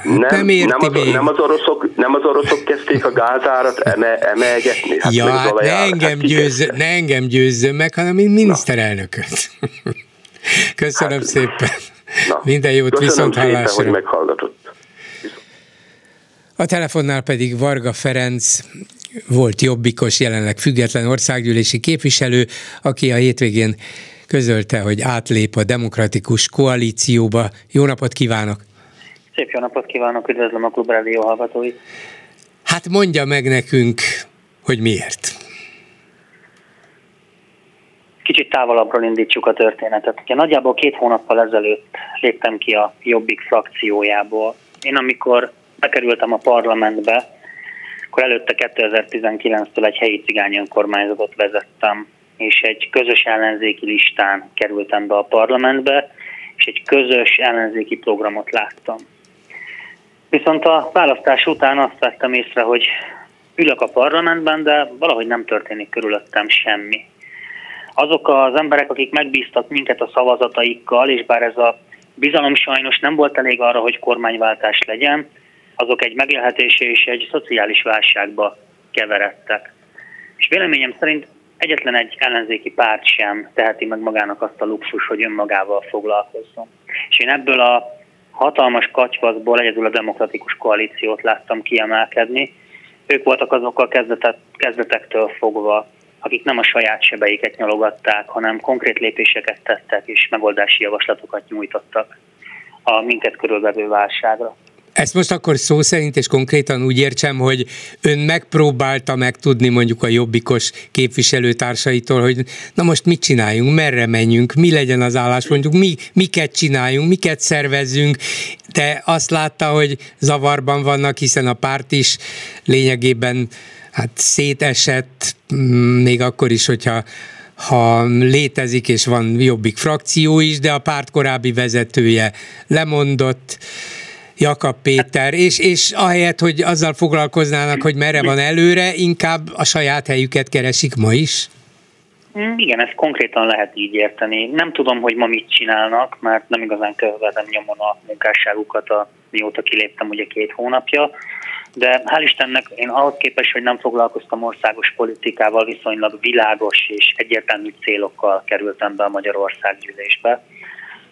Nem az oroszok kezdték a gázárat emelgetni. Hát ja, hát ne engem győzzön meg, hanem mint miniszterelnököt. Köszönöm szépen. Minden jót, viszont hallásra. Hogy meghallgatott. A telefonnál pedig Varga Ferenc, volt jobbikos, jelenleg független országgyűlési képviselő, aki a hétvégén közölte, hogy átlép a demokratikus koalícióba. Jó napot kívánok! Szép jó napot kívánok, üdvözlöm a Klubrádió hallgatóit! Hát mondja meg nekünk, hogy miért. Kicsit távolabbról indítsuk a történetet. Ugye nagyjából 2 hónappal ezelőtt léptem ki a Jobbik frakciójából. Én amikor bekerültem a parlamentbe, akkor előtte 2019-től egy helyi cigány önkormányzatot vezettem, és egy közös ellenzéki listán kerültem be a parlamentbe, és egy közös ellenzéki programot láttam. Viszont a választás után azt vettem észre, hogy ülök a parlamentben, de valahogy nem történik körülöttem semmi. Azok az emberek, akik megbíztak minket a szavazataikkal, és bár ez a bizalom sajnos nem volt elég arra, hogy kormányváltás legyen, azok egy megélhetési és egy szociális válságba keveredtek. És véleményem szerint egyetlen egy ellenzéki párt sem teheti meg magának azt a luxus, hogy önmagával foglalkozzon. És én ebből a hatalmas katyvaszból egyedül a demokratikus koalíciót láttam kiemelkedni. Ők voltak azok a kezdetektől fogva, akik nem a saját sebeiket nyalogatták, hanem konkrét lépéseket tettek és megoldási javaslatokat nyújtottak a minket körülvevő válságra. Ezt most akkor szó szerint és konkrétan úgy értsem, hogy ön megpróbálta megtudni mondjuk a jobbikos képviselőtársaitól, hogy na most mit csináljunk, merre menjünk, mi legyen az álláspontjuk, miket csináljunk, miket szervezzünk, de azt látta, hogy zavarban vannak, hiszen a párt is lényegében szétesett, még akkor is, hogyha létezik és van Jobbik frakció is, de a párt korábbi vezetője lemondott, Jakab Péter, és ahelyett, hogy azzal foglalkoznának, hogy merre van előre, inkább a saját helyüket keresik ma is? Igen, ezt konkrétan lehet így érteni. Nem tudom, hogy ma mit csinálnak, mert nem igazán követem nyomon a munkásságukat, mióta kiléptem ugye 2 hónapja, de hál' Istennek én ahhoz képest, hogy nem foglalkoztam országos politikával, viszonylag világos és egyértelmű célokkal kerültem be a Magyar Országgyűlésbe.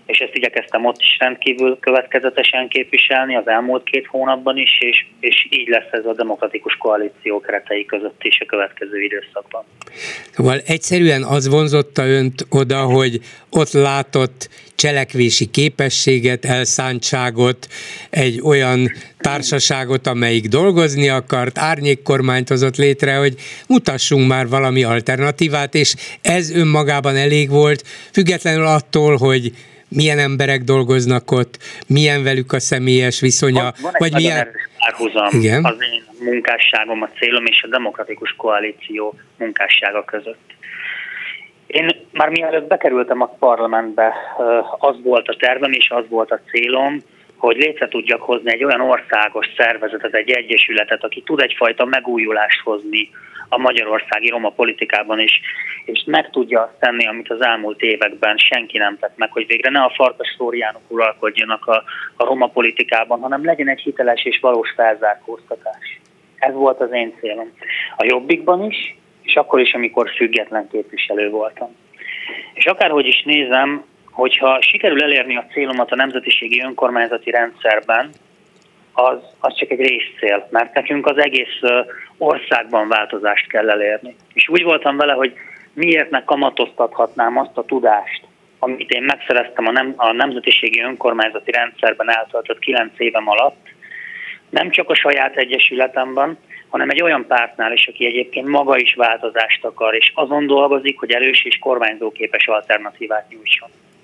és ezt igyekeztem ott is rendkívül következetesen képviselni az elmúlt 2 hónapban is, és így lesz ez a demokratikus koalíció keretei között is a következő időszakban. Szóval egyszerűen az vonzotta önt oda, hogy ott látott cselekvési képességet, elszántságot, egy olyan társaságot, amelyik dolgozni akart, árnyékkormányt hozott létre, hogy mutassunk már valami alternatívát, és ez önmagában elég volt, függetlenül attól, hogy milyen emberek dolgoznak ott, milyen velük a személyes viszonya, van vagy milyen erős párhuzam az én munkásságom, a célom és a demokratikus koalíció munkássága között. Én már mielőtt bekerültem a parlamentbe, az volt a tervem és az volt a célom, hogy létre tudjak hozni egy olyan országos szervezetet, egy egyesületet, aki tud egyfajta megújulást hozni a magyarországi roma politikában is, és meg tudja azt tenni, amit az elmúlt években senki nem tett meg, hogy végre ne a farkasszóriánok uralkodjanak a roma politikában, hanem legyen egy hiteles és valós felzárkóztatás. Ez volt az én célom. A Jobbikban is, és akkor is, amikor független képviselő voltam. És akárhogy is nézem, hogyha sikerül elérni a célomat a nemzetiségi önkormányzati rendszerben, az csak egy részcél, mert nekünk az egész országban változást kell elérni. És úgy voltam vele, hogy miért ne kamatoztathatnám azt a tudást, amit én megszereztem a nemzetiségi önkormányzati rendszerben eltöltött 9 évem alatt, nem csak a saját egyesületemben, hanem egy olyan pártnál is, aki egyébként maga is változást akar, és azon dolgozik, hogy erős és kormányzóképes alternatívát nyújtson.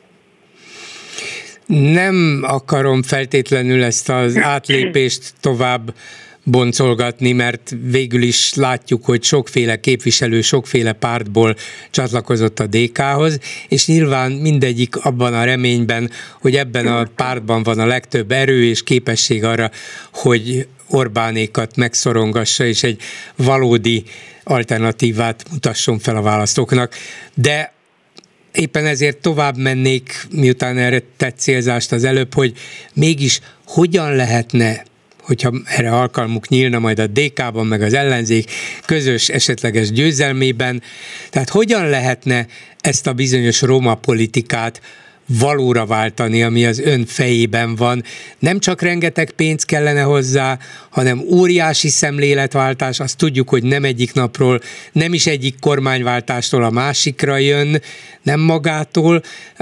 Nem akarom feltétlenül ezt az átlépést tovább boncolgatni, mert végül is látjuk, hogy sokféle képviselő, sokféle pártból csatlakozott a DK-hoz, és nyilván mindegyik abban a reményben, hogy ebben a pártban van a legtöbb erő és képesség arra, hogy Orbánékat megszorongassa, és egy valódi alternatívát mutasson fel a választóknak. De éppen ezért tovább mennék, miután erre tett célzást az előbb, hogy mégis hogyan lehetne, hogyha erre alkalmuk nyílna majd a DK-ban, meg az ellenzék közös esetleges győzelmében, tehát hogyan lehetne ezt a bizonyos roma politikát valóra váltani, ami az ön fejében van. Nem csak rengeteg pénz kellene hozzá, hanem óriási szemléletváltás, azt tudjuk, hogy nem egyik napról, nem is egyik kormányváltástól a másikra jön, nem magától.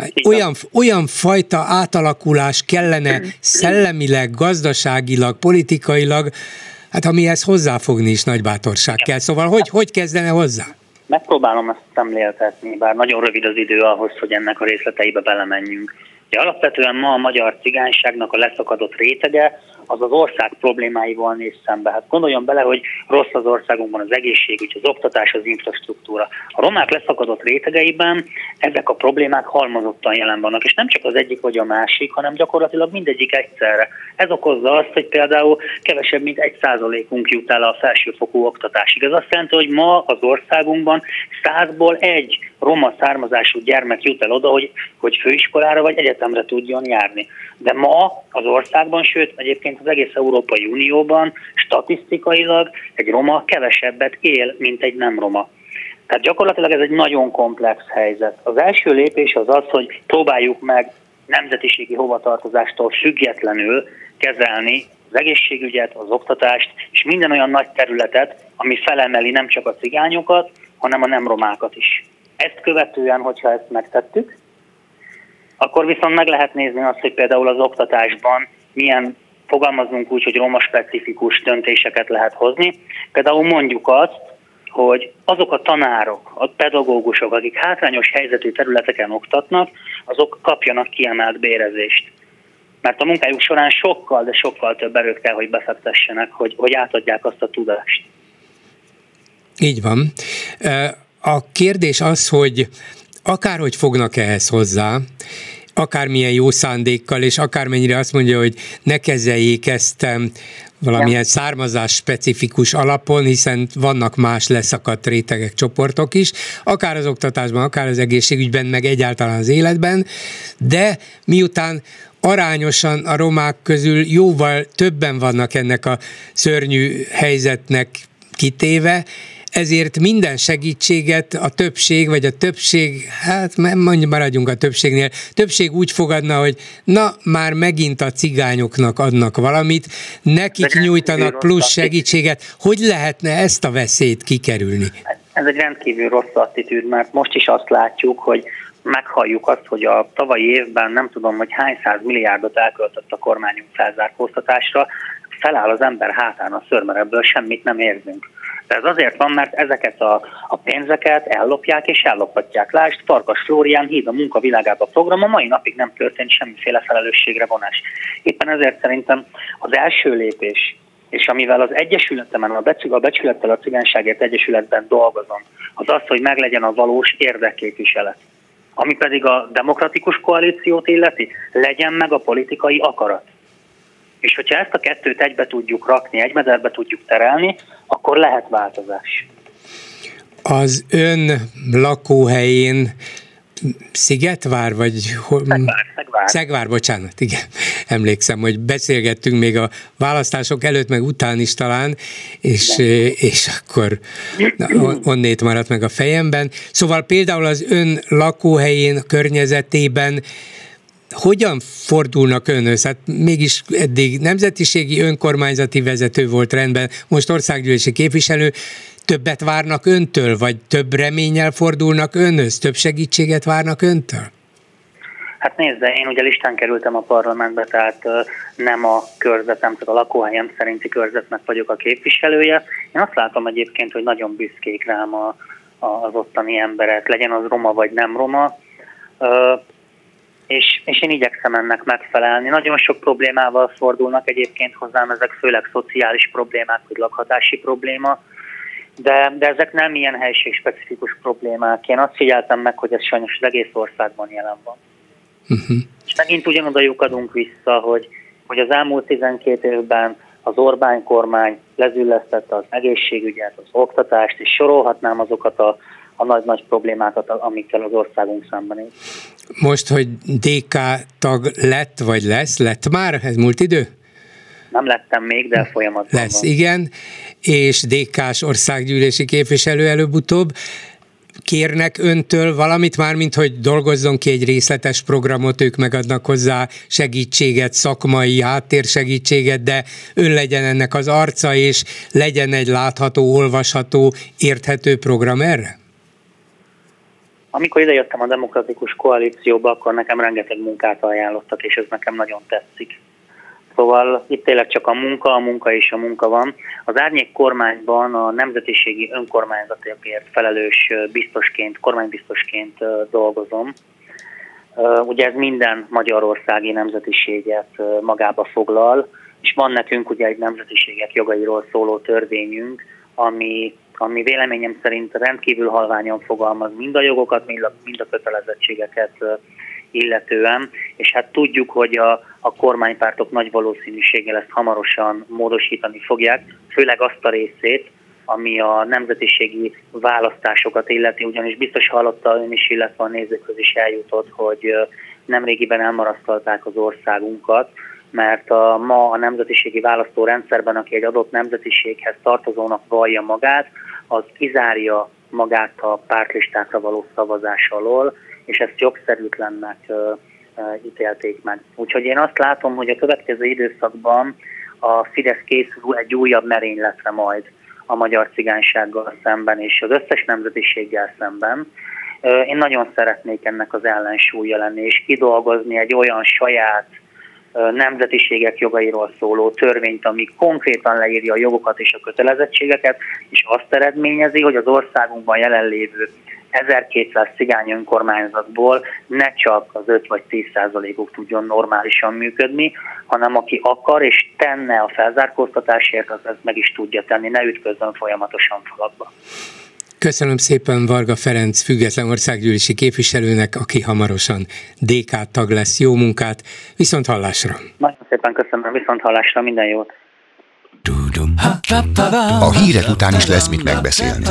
Olyan fajta átalakulás kellene szellemileg, gazdaságilag, politikailag, hát amihez hozzáfogni is nagy bátorság kell. Szóval hogy kezdene hozzá? Megpróbálom ezt szemléltetni, bár nagyon rövid az idő ahhoz, hogy ennek a részleteibe belemenjünk. Ugye alapvetően ma a magyar cigányságnak a leszakadott rétege az az ország problémáival néz szembe. Hát gondoljon bele, hogy rossz az országunkban az egészségügy, az oktatás, az infrastruktúra. A romák leszakadott rétegeiben ezek a problémák halmozottan jelen vannak, és nem csak az egyik vagy a másik, hanem gyakorlatilag mindegyik egyszerre. Ez okozza azt, hogy például kevesebb mint 1%-unk jut el a felsőfokú oktatásig. Ez azt jelenti, hogy ma az országunkban 100-ból 1 roma származású gyermek jut el oda, hogy főiskolára vagy egyetemre tudjon járni. De ma az országban, sőt egyébként az egész Európai Unióban statisztikailag egy roma kevesebbet él, mint egy nem roma. Tehát gyakorlatilag ez egy nagyon komplex helyzet. Az első lépés az az, hogy próbáljuk meg nemzetiségi hovatartozástól függetlenül kezelni az egészségügyet, az oktatást, és minden olyan nagy területet, ami felemeli nem csak a cigányokat, hanem a nem romákat is. Ezt követően, hogyha ezt megtettük, akkor viszont meg lehet nézni azt, hogy például az oktatásban milyen, fogalmazunk úgy, hogy roma specifikus döntéseket lehet hozni. Például mondjuk azt, hogy azok a tanárok, a pedagógusok, akik hátrányos helyzetű területeken oktatnak, azok kapjanak kiemelt bérezést. Mert a munkájuk során sokkal, de sokkal több erőt kell, hogy befektessenek, hogy átadják azt a tudást. Így van. A kérdés az, hogy akárhogy fognak ehhez hozzá, akármilyen jó szándékkal, és akármennyire azt mondja, hogy ne kezeljék ezt valamilyen származás specifikus alapon, hiszen vannak más leszakadt rétegek, csoportok is, akár az oktatásban, akár az egészségügyben, meg egyáltalán az életben, de miután arányosan a romák közül jóval többen vannak ennek a szörnyű helyzetnek kitéve, ezért minden segítséget a többség, vagy a többség, hát maradjunk a többségnél, többség úgy fogadna, hogy na, már megint a cigányoknak adnak valamit, nekik nyújtanak plusz segítséget. Hogy lehetne ezt a veszélyt kikerülni? Ez egy rendkívül rossz attitűd, mert most is azt látjuk, hogy meghalljuk azt, hogy a tavalyi évben nem tudom, hogy hány 100 milliárdot elköltött a kormányunk felzárkóztatásra, feláll az ember hátán a szőr, mert ebből semmit nem érzünk. De ez azért van, mert ezeket a pénzeket ellopják és ellophatják. Lásd, Farkas Flórián Híd a munka világába program, a mai napig nem történt semmiféle felelősségre vonás. Éppen ezért szerintem az első lépés, és amivel az Egyesületemen, a Becsülettel a Cigányságért Egyesületben dolgozom, az az, hogy meglegyen a valós érdekképviselet. Ami pedig a demokratikus koalíciót illeti, legyen meg a politikai akarat. És hogyha ezt a kettőt egybe tudjuk rakni, egy mederbe tudjuk terelni, akkor lehet változás. Az ön lakóhelyén Szigetvár, vagy... Szegvár, bocsánat, igen. Emlékszem, hogy beszélgettünk még a választások előtt, meg után is talán, és akkor onnét maradt meg a fejemben. Szóval például az ön lakóhelyén, környezetében hogyan fordulnak önhöz? Hát mégis eddig nemzetiségi önkormányzati vezető volt, rendben, most országgyűlési képviselő. Többet várnak öntől, vagy több reménnyel fordulnak önhöz? Több segítséget várnak öntől? Hát nézd, én ugye listán kerültem a parlamentbe, tehát nem a körzetem, tehát a lakóhelyem szerinti körzetnek vagyok a képviselője. Én azt látom egyébként, hogy nagyon büszkék rám az ottani emberek, legyen az roma vagy nem roma, és én igyekszem ennek megfelelni. Nagyon sok problémával fordulnak egyébként hozzám, ezek főleg szociális problémák, vagy lakhatási probléma, de ezek nem ilyen helységspecifikus problémák. Én azt figyeltem meg, hogy ez sajnos az egész országban jelen van. Uh-huh. És megint ugyanoda lyukadunk vissza, hogy az elmúlt 12 évben az Orbán kormány lezüllesztette az egészségügyet, az oktatást, és sorolhatnám azokat a nagy-nagy problémákat, amikkel az országunk szembenéz. Most, hogy DK tag lett, vagy lett már? Ez múlt idő? Nem lettem még, de folyamatban lesz, van. Igen, és DK-s országgyűlési képviselő előbb-utóbb. Kérnek öntől valamit, mármint hogy dolgozzon ki egy részletes programot, ők megadnak hozzá segítséget, szakmai háttérsegítséget, de ön legyen ennek az arca, és legyen egy látható, olvasható, érthető program erre? Amikor idejöttem a Demokratikus Koalícióba, akkor nekem rengeteg munkát ajánlottak, és ez nekem nagyon tetszik. Szóval itt tényleg csak a munka és a munka van. Az árnyék kormányban a nemzetiségi önkormányzatokért felelős biztosként, kormánybiztosként dolgozom. Ugye ez minden magyarországi nemzetiséget magába foglal, és van nekünk ugye egy nemzetiségek jogairól szóló törvényünk, ami véleményem szerint rendkívül halványan fogalmaz mind a jogokat, mind a kötelezettségeket illetően, és hát tudjuk, hogy a kormánypártok nagy valószínűséggel ezt hamarosan módosítani fogják, főleg azt a részét, ami a nemzetiségi választásokat illeti, ugyanis biztos hallotta ön is, illetve a nézőkhöz is eljutott, hogy nemrégiben elmarasztalták az országunkat, mert ma a nemzetiségi választórendszerben, aki egy adott nemzetiséghez tartozónak vallja magát, az kizárja magát a pártlistákra való szavazás alól, és ezt jogszerűtlennek ítélték meg. Úgyhogy én azt látom, hogy a következő időszakban a Fidesz készül egy újabb merényletre majd a magyar cigánysággal szemben, és az összes nemzetiséggel szemben. Én nagyon szeretnék ennek az ellensúlya lenni, és kidolgozni egy olyan saját nemzetiségek jogairól szóló törvényt, ami konkrétan leírja a jogokat és a kötelezettségeket, és azt eredményezi, hogy az országunkban jelenlévő 1200 cigány önkormányzatból ne csak az 5 vagy 10%-uk tudjon normálisan működni, hanem aki akar és tenne a felzárkóztatásért, az ezt meg is tudja tenni, ne ütközzön folyamatosan falakba. Köszönöm szépen Varga Ferenc független országgyűlési képviselőnek, aki hamarosan DK tag lesz. Jó munkát, viszont hallásra! Nagyon szépen köszönöm, viszont hallásra, minden jót! A hírek után is lesz mit megbeszélni.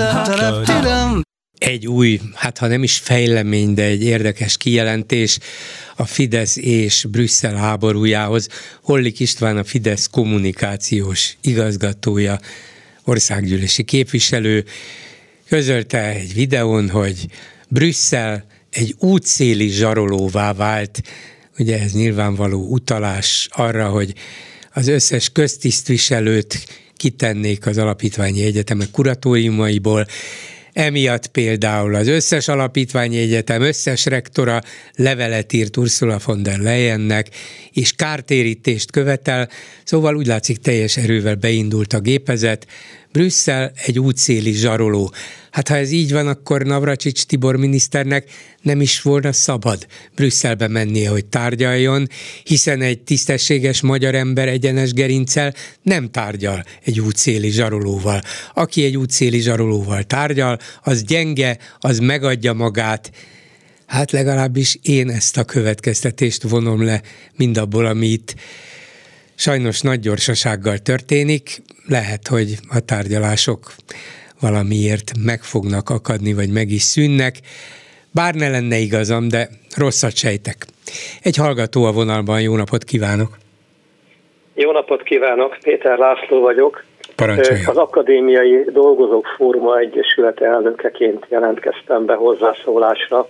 Egy új, hát ha nem is fejlemény, de egy érdekes kijelentés a Fidesz és Brüsszel háborújához. Hollik István, a Fidesz kommunikációs igazgatója országgyűlési képviselő közölte egy videón, hogy Brüsszel egy útszéli zsarolóvá vált. Ugye ez nyilvánvaló utalás arra, hogy az összes köztisztviselőt kitennék az alapítványi egyetemek kuratóriumaiból. Emiatt például az összes alapítványi egyetem összes rektora levelet írt Ursula von der Leyennek, és kártérítést követel, szóval úgy látszik teljes erővel beindult a gépezet. Brüsszel egy útszéli zsaroló. Hát ha ez így van, akkor Navracsics Tibor miniszternek nem is volna szabad Brüsszelbe mennie, hogy tárgyaljon, hiszen egy tisztességes magyar ember egyenes gerinccel nem tárgyal egy útszéli zsarolóval. Aki egy útszéli zsarolóval tárgyal, az gyenge, az megadja magát. Hát legalábbis én ezt a következtetést vonom le mindabból, ami itt sajnos nagy gyorsasággal történik. Lehet, hogy a tárgyalások valamiért meg fognak akadni, vagy meg is szűnnek. Bár ne lenne igazam, de rosszat sejtek. Egy hallgató a vonalban, jó napot kívánok! Jó napot kívánok, Péter László vagyok. Parancsolja. Az Akadémiai Dolgozók Fóruma Egyesület elnökeként jelentkeztem be hozzászólásra.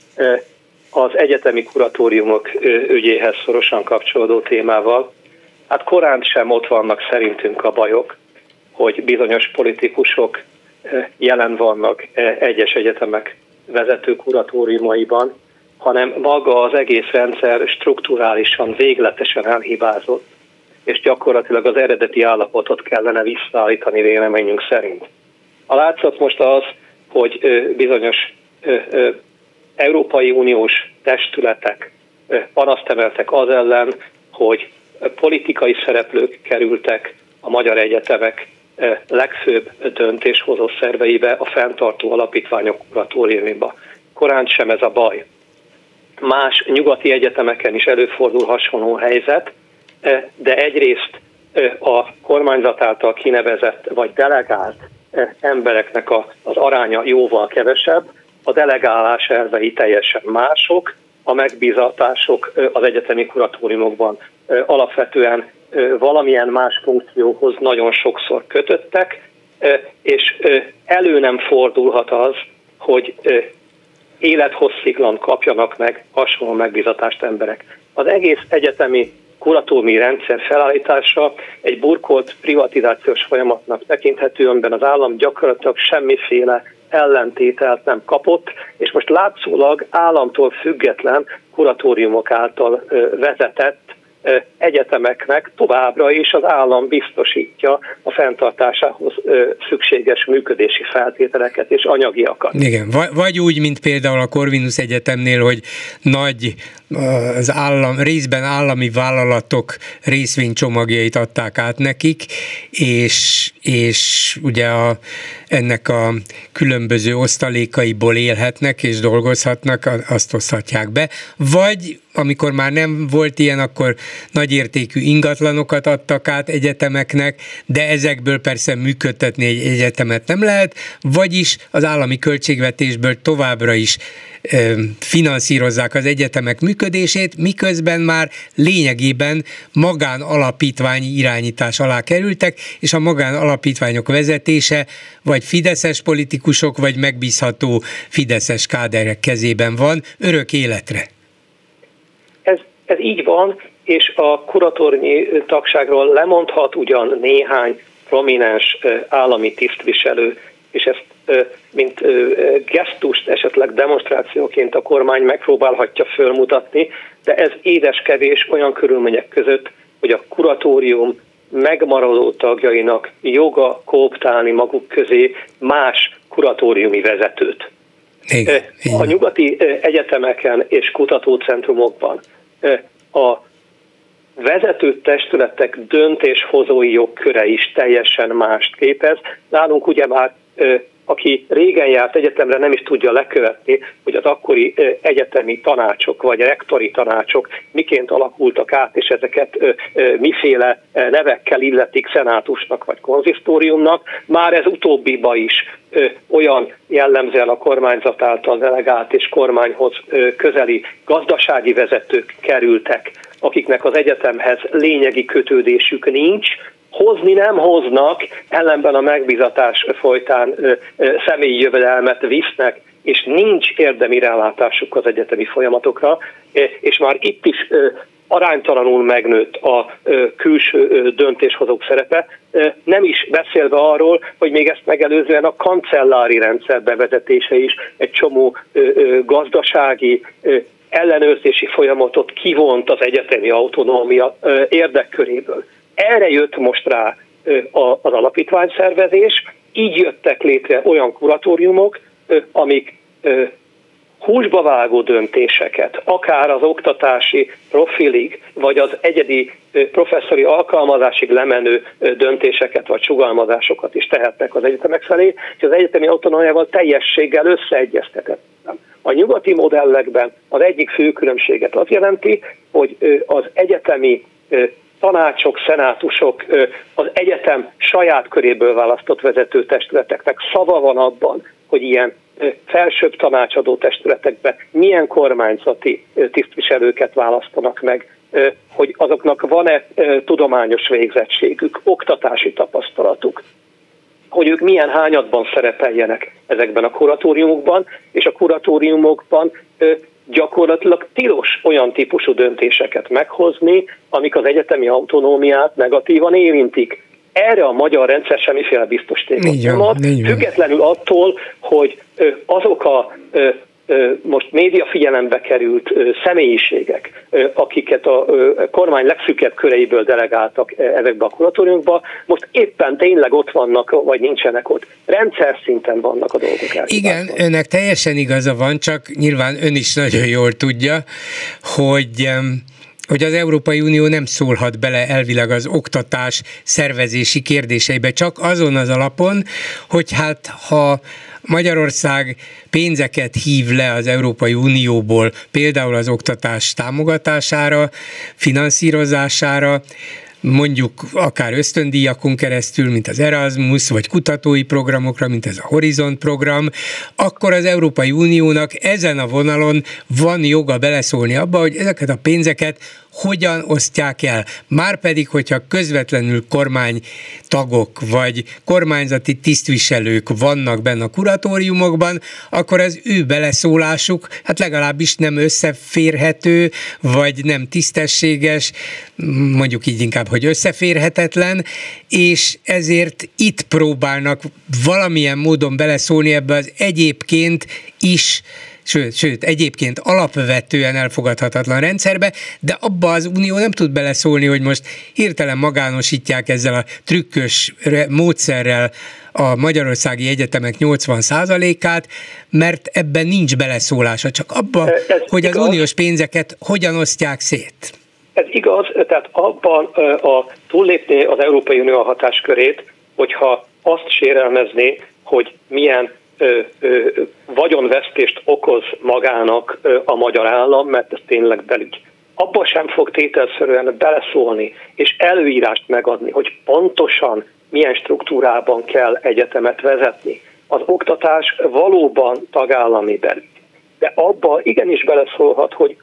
Az egyetemi kuratóriumok ügyéhez szorosan kapcsolódó témával. Hát korán sem ott vannak szerintünk a bajok, hogy bizonyos politikusok jelen vannak egyes egyetemek vezető kuratóriumaiban, hanem maga az egész rendszer strukturálisan, végletesen elhibázott, és gyakorlatilag az eredeti állapotot kellene visszaállítani véleményünk szerint. A látszat most az, hogy bizonyos Európai Uniós testületek panaszt emeltek az ellen, hogy politikai szereplők kerültek a magyar egyetemek legfőbb döntéshozó szerveibe, a fenntartó alapítványok kuratóriumiba. Korán sem ez a baj. Más nyugati egyetemeken is előfordul hasonló helyzet, de egyrészt a kormányzat által kinevezett vagy delegált embereknek az aránya jóval kevesebb, a delegálás elvei teljesen mások, a megbízatások az egyetemi kuratóriumokban alapvetően valamilyen más funkcióhoz nagyon sokszor kötöttek, és elő nem fordulhat az, hogy élethossziglan kapjanak meg hasonló megbízatást emberek. Az egész egyetemi kuratóriumi rendszer felállítása egy burkolt privatizációs folyamatnak tekinthető, amiben az állam gyakorlatilag semmiféle ellentételt nem kapott, és most látszólag államtól független kuratóriumok által vezetett egyetemeknek továbbra is az állam biztosítja a fenntartásához szükséges működési feltételeket és anyagiakat. Igen, vagy úgy, mint például a Corvinus Egyetemnél, hogy nagy az állam, részben állami vállalatok részvénycsomagjait adták át nekik, és ugye ennek a különböző osztalékaiból élhetnek és dolgozhatnak, azt oszthatják be. Vagy amikor már nem volt ilyen, akkor nagyértékű ingatlanokat adtak át egyetemeknek, de ezekből persze működtetni egy egyetemet nem lehet, vagyis az állami költségvetésből továbbra is finanszírozzák az egyetemek működését, miközben már lényegében magánalapítványi irányítás alá kerültek, és a magánalapítványok vezetése vagy fideszes politikusok, vagy megbízható fideszes káderek kezében van örök életre. Ez így van, és a kuratóriumi tagságról lemondhat ugyan néhány prominens állami tisztviselő, és ezt mint gesztust, esetleg demonstrációként a kormány megpróbálhatja fölmutatni, de ez édeskevés olyan körülmények között, hogy a kuratórium megmaradó tagjainak joga kooptálni maguk közé más kuratóriumi vezetőt. Igen. A nyugati egyetemeken és kutatócentrumokban a vezető testületek döntéshozói jogköre is teljesen mást képez. Nálunk ugyebár aki régen járt egyetemre, nem is tudja lekövetni, hogy az akkori egyetemi tanácsok vagy rektori tanácsok miként alakultak át, és ezeket miféle nevekkel illetik szenátusnak vagy konzisztóriumnak. Már ez utóbbiba is olyan jellemzően a kormányzat által delegált és kormányhoz közeli gazdasági vezetők kerültek akiknek az egyetemhez lényegi kötődésük nincs, hozni nem hoznak, ellenben a megbízatás folytán személyi jövedelmet visznek, és nincs érdemi rálátásuk az egyetemi folyamatokra, és már itt is aránytalanul megnőtt a külső döntéshozók szerepe, nem is beszélve arról, hogy még ezt megelőzően a kancellári rendszer bevezetése is egy csomó gazdasági ellenőrzési folyamatot kivont az egyetemi autonómia érdekköréből. Erre jött most rá az alapítványszervezés, így jöttek létre olyan kuratóriumok, amik húsba vágó döntéseket, akár az oktatási profilig, vagy az egyedi professzori alkalmazásig lemenő döntéseket, vagy sugalmazásokat is tehetnek az egyetemek felé, és az egyetemi autonómiával teljességgel összeegyeztetetlen. A nyugati modellekben az egyik fő különbséget az jelenti, hogy az egyetemi tanácsok, szenátusok, az egyetem saját köréből választott vezető testületeknek szava van abban, hogy ilyen felsőbb tanácsadó testületekbe milyen kormányzati tisztviselőket választanak meg, hogy azoknak van-e tudományos végzettségük, oktatási tapasztalatuk, hogy ők milyen hányadban szerepeljenek ezekben a kuratóriumokban, és a kuratóriumokban gyakorlatilag tilos olyan típusú döntéseket meghozni, amik az egyetemi autonómiát negatívan érintik. Erre a magyar rendszer semmiféle biztosítékot nem ad, függetlenül attól, hogy azok a most média figyelembe került személyiségek, akiket a kormány legszűkebb köreiből delegáltak ezekbe a kuratóriumokba, most éppen tényleg ott vannak, vagy nincsenek ott. Rendszer szinten vannak a dolgok elhibázva. Igen, önnek teljesen igaza van, csak nyilván ön is nagyon jól tudja, hogy az Európai Unió nem szólhat bele elvileg az oktatás szervezési kérdéseibe, csak azon az alapon, hogy hát ha Magyarország pénzeket hív le az Európai Unióból, például az oktatás támogatására, finanszírozására, mondjuk akár ösztöndíjakon keresztül, mint az Erasmus, vagy kutatói programokra, mint ez a Horizont program, akkor az Európai Uniónak ezen a vonalon van joga beleszólni abba, hogy ezeket a pénzeket hogyan osztják el. Márpedig, hogyha közvetlenül kormánytagok vagy kormányzati tisztviselők vannak benne a kuratóriumokban, akkor az ő beleszólásuk hát legalábbis nem összeférhető, vagy nem tisztességes, mondjuk így inkább, hogy összeférhetetlen, és ezért itt próbálnak valamilyen módon beleszólni ebbe az egyébként is Sőt, egyébként alapvetően elfogadhatatlan rendszerbe, de abba az Unió nem tud beleszólni, hogy most hirtelen magánosítják ezzel a trükkös módszerrel a magyarországi egyetemek 80%-át, mert ebben nincs beleszólása, csak abba, hogy az uniós pénzeket hogyan osztják szét. Ez igaz, tehát abban túllépné az Európai Unió a hatáskörét, hogyha azt sérelmezné, hogy milyen vagyonvesztést okoz magának a magyar állam, mert ez tényleg belügy. Abba sem fog tételszerűen beleszólni, és előírást megadni, hogy pontosan milyen struktúrában kell egyetemet vezetni. Az oktatás valóban tagállami belügy. De abba igenis beleszólhat, hogy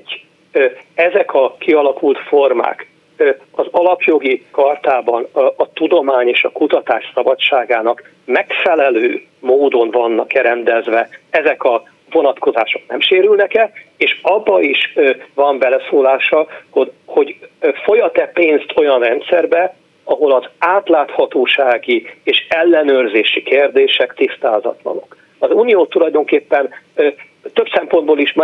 ezek a kialakult formák az alapjogi kartában a tudomány és a kutatás szabadságának megfelelő módon vannak rendezve, ezek a vonatkozások nem sérülnek-e, és abba is van beleszólása, hogy folyat-e pénzt olyan rendszerbe, ahol az átláthatósági és ellenőrzési kérdések tisztázatlanok. Az Unió tulajdonképpen több szempontból is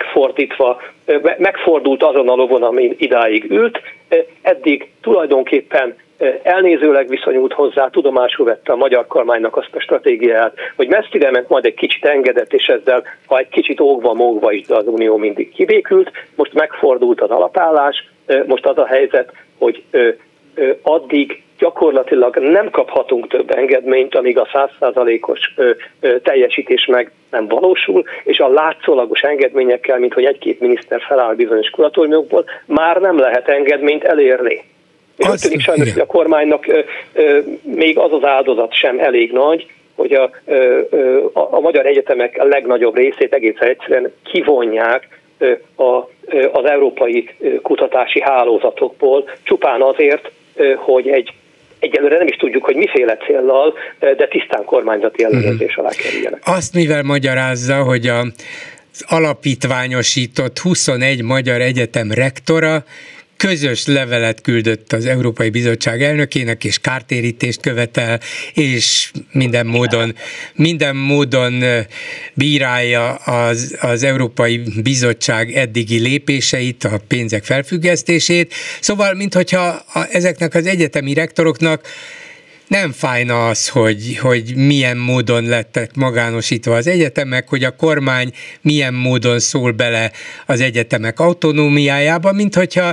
megfordult azon a lovon, amin idáig ült. Eddig tulajdonképpen elnézőleg viszonyult hozzá, tudomásul vette a magyar kormánynak azt a stratégiát, hogy messzire ment, majd egy kicsit engedett, és ezzel, ha egy kicsit ógva-mógva is, de az Unió mindig kibékült. Most megfordult az alapállás, most az a helyzet, hogy addig gyakorlatilag nem kaphatunk több engedményt, amíg a 100%-os teljesítés meg nem valósul, és a látszólagos engedményekkel, mint hogy egy-két miniszter feláll bizonyos kuratóriumokból, már nem lehet engedményt elérni. És úgy tűnik sajnos, hogy a kormánynak még az áldozat sem elég nagy, hogy a magyar egyetemek legnagyobb részét egészen egyszerűen kivonják az európai kutatási hálózatokból, csupán azért, hogy egyelőre nem is tudjuk, hogy miféle céllal, de tisztán kormányzati ellenőrzés alá kerüljenek. Azt mivel magyarázza, hogy az alapítványosított 21 magyar egyetem rektora közös levelet küldött az Európai Bizottság elnökének, és kártérítést követel, és minden módon bírálja az Európai Bizottság eddigi lépéseit, a pénzek felfüggesztését. Szóval, minthogyha ezeknek az egyetemi rektoroknak nem fájna az, hogy milyen módon lettek magánosítva az egyetemek, hogy a kormány milyen módon szól bele az egyetemek autonómiájába, mint hogyha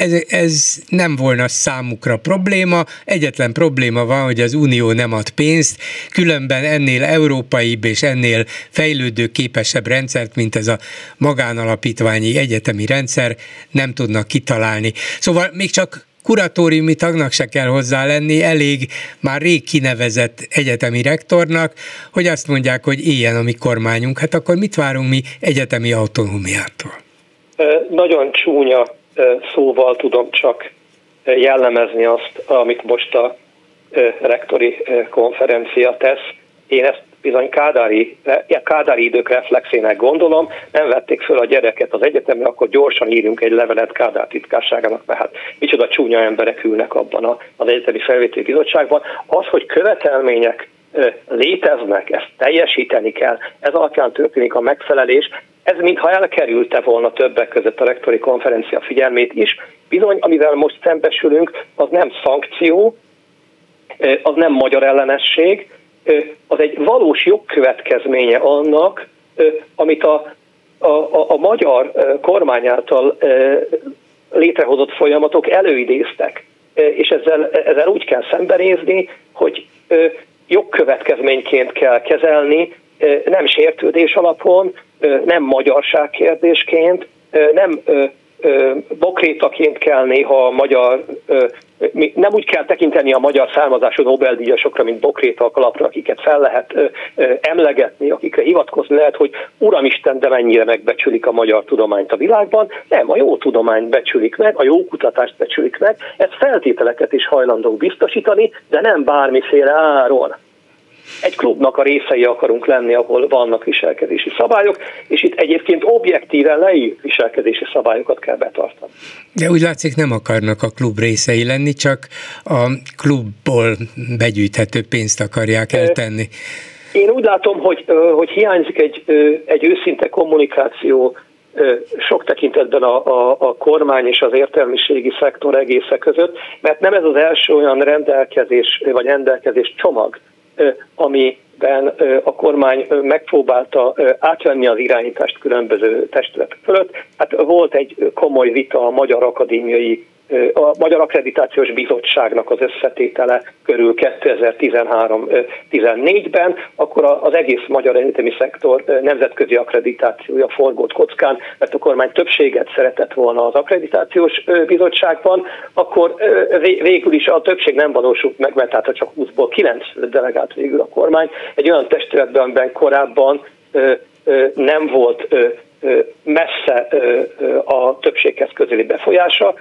ez nem volna számukra probléma. Egyetlen probléma van, hogy az Unió nem ad pénzt, különben ennél európaibb és ennél fejlődőképesebb rendszert, mint ez a magánalapítványi egyetemi rendszer, nem tudnak kitalálni. Szóval még csak kuratóriumi tagnak se kell hozzá lenni, elég már rég kinevezett egyetemi rektornak, hogy azt mondják, hogy éljen a mi kormányunk. Hát akkor mit várunk mi egyetemi autonómiától? Nagyon csúnya szóval tudom csak jellemezni azt, amit most a rektori konferencia tesz. Én ezt bizony kádári idők reflexének gondolom, nem vették föl a gyereket az egyetemre, akkor gyorsan írjunk egy levelet Kádár titkárságának, mert hát micsoda csúnya emberek ülnek abban az egyetemi felvételi bizottságban. Az, hogy követelmények léteznek, ezt teljesíteni kell, ez alapján történik a megfelelés, ez mintha elkerülte volna többek között a rektori konferencia figyelmét is. Bizony, amivel most szembesülünk, az nem szankció, az nem magyar ellenesség, az egy valós jogkövetkezménye annak, amit a magyar kormány által létrehozott folyamatok előidéztek. És ezzel úgy kell szembenézni, hogy jogkövetkezményként kell kezelni, nem sértődés alapon, nem magyarság kérdésként, nem bokrétaként kell néha a magyar, nem úgy kell tekinteni a magyar származású Nobel-díjasokra, mint bokrétak alapra, akiket fel lehet emlegetni, akikre hivatkozni lehet, hogy Uramisten, de mennyire megbecsülik a magyar tudományt a világban. Nem, a jó tudományt becsülik meg, a jó kutatást becsülik meg, ez feltételeket is hajlandók biztosítani, de nem bármiféle áron. Egy klubnak a részei akarunk lenni, ahol vannak viselkedési szabályok, és itt egyébként objektíven leírt viselkedési szabályokat kell betartani. De úgy látszik, nem akarnak a klub részei lenni, csak a klubból begyűjthető pénzt akarják eltenni. Én úgy látom, hogy hiányzik egy őszinte kommunikáció sok tekintetben a kormány és az értelmiségi szektor egésze között, mert nem ez az első olyan rendelkezés csomag, amiben a kormány megpróbálta átvenni az irányítást különböző testületek fölött. Hát volt egy komoly vita a Magyar Akkreditációs Bizottságnak az összetétele körül 2013-14-ben, akkor az egész magyar egyetemi szektor nemzetközi akkreditációja forgott kockán, mert a kormány többséget szeretett volna az Akkreditációs Bizottságban, akkor végül is a többség nem valósult meg, mert hát csak 20-ból 9 delegált végül a kormány. Egy olyan testületben, amiben korábban nem volt messze a többséghez közeli befolyása,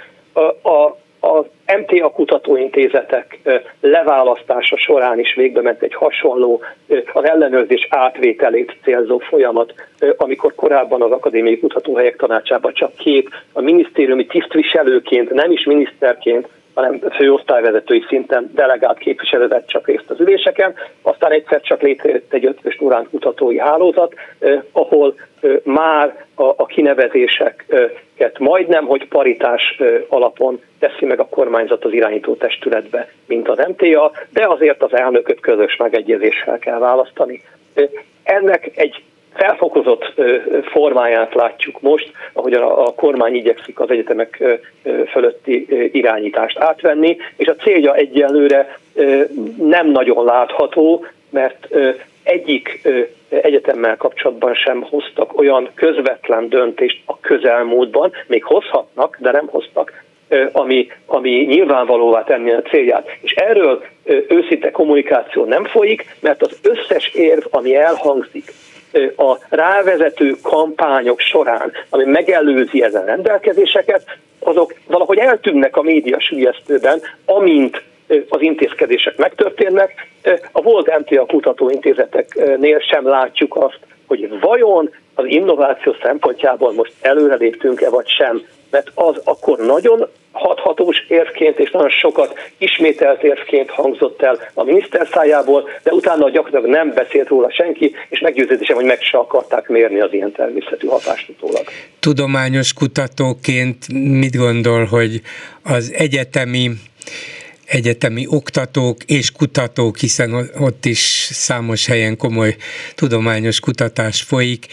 az MTA kutatóintézetek leválasztása során is végbe ment egy hasonló, az ellenőrzés átvételét célzó folyamat, amikor korábban az akadémiai kutatóhelyek tanácsában csak 2 a minisztériumi tisztviselőként, nem is miniszterként, hanem főosztályvezetői szinten delegált képviselő vett csak részt az üléseken. Aztán egyszer csak létrejött egy ötvös uránt kutatói hálózat, ahol már a kinevezéseket majdnem, hogy paritás alapon teszi meg a kormányzat az irányító testületbe, mint az MTA, de azért az elnököt közös megegyezéssel kell választani. Ennek egy felfokozott formáját látjuk most, ahogy a kormány igyekszik az egyetemek fölötti irányítást átvenni, és a célja egyelőre nem nagyon látható, mert egyik egyetemmel kapcsolatban sem hoztak olyan közvetlen döntést a közelmúltban, még hozhatnak, de nem hoztak, ami nyilvánvalóvá tenni a célját. És erről őszinte kommunikáció nem folyik, mert az összes érv, ami elhangzik, a rávezető kampányok során, ami megelőzi ezen rendelkezéseket, azok valahogy eltűnnek a média süllyesztőben, amint az intézkedések megtörténnek. A Volt MTA kutatóintézeteknél sem látjuk azt, hogy vajon az innováció szempontjából most előreléptünk-e vagy sem, mert az akkor nagyon hathatós érvként és nagyon sokat ismételt érvként hangzott el a miniszter szájából, de utána gyakorlatilag nem beszélt róla senki, és meggyőződésem, hogy meg se akarták mérni az ilyen természetű hatást utólag. Tudományos kutatóként mit gondol, hogy az egyetemi oktatók és kutatók, hiszen ott is számos helyen komoly tudományos kutatás folyik,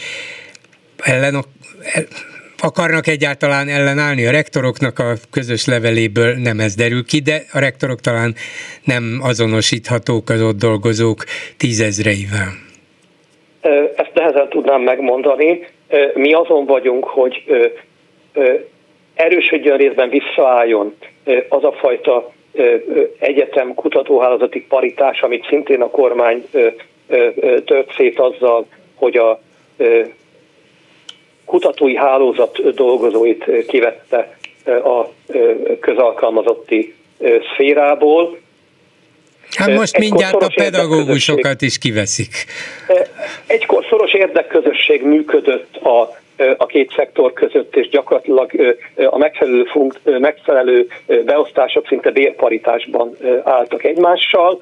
akarnak egyáltalán ellenállni? A rektoroknak a közös leveléből nem ez derül ki, de a rektorok talán nem azonosíthatók az ott dolgozók 10 000-eivel. Ezt nehezen tudnám megmondani. Mi azon vagyunk, hogy erősödjön, részben visszaálljon az a fajta egyetem kutatóhálózati paritás, amit szintén a kormány tört szét azzal, hogy a kutatói hálózat dolgozóit kivette a közalkalmazotti szférából. Hát most mindjárt a pedagógusokat is kiveszik. Egykor szoros érdekközösség működött a két szektor között, és gyakorlatilag a megfelelő beosztások szinte bérparitásban álltak egymással.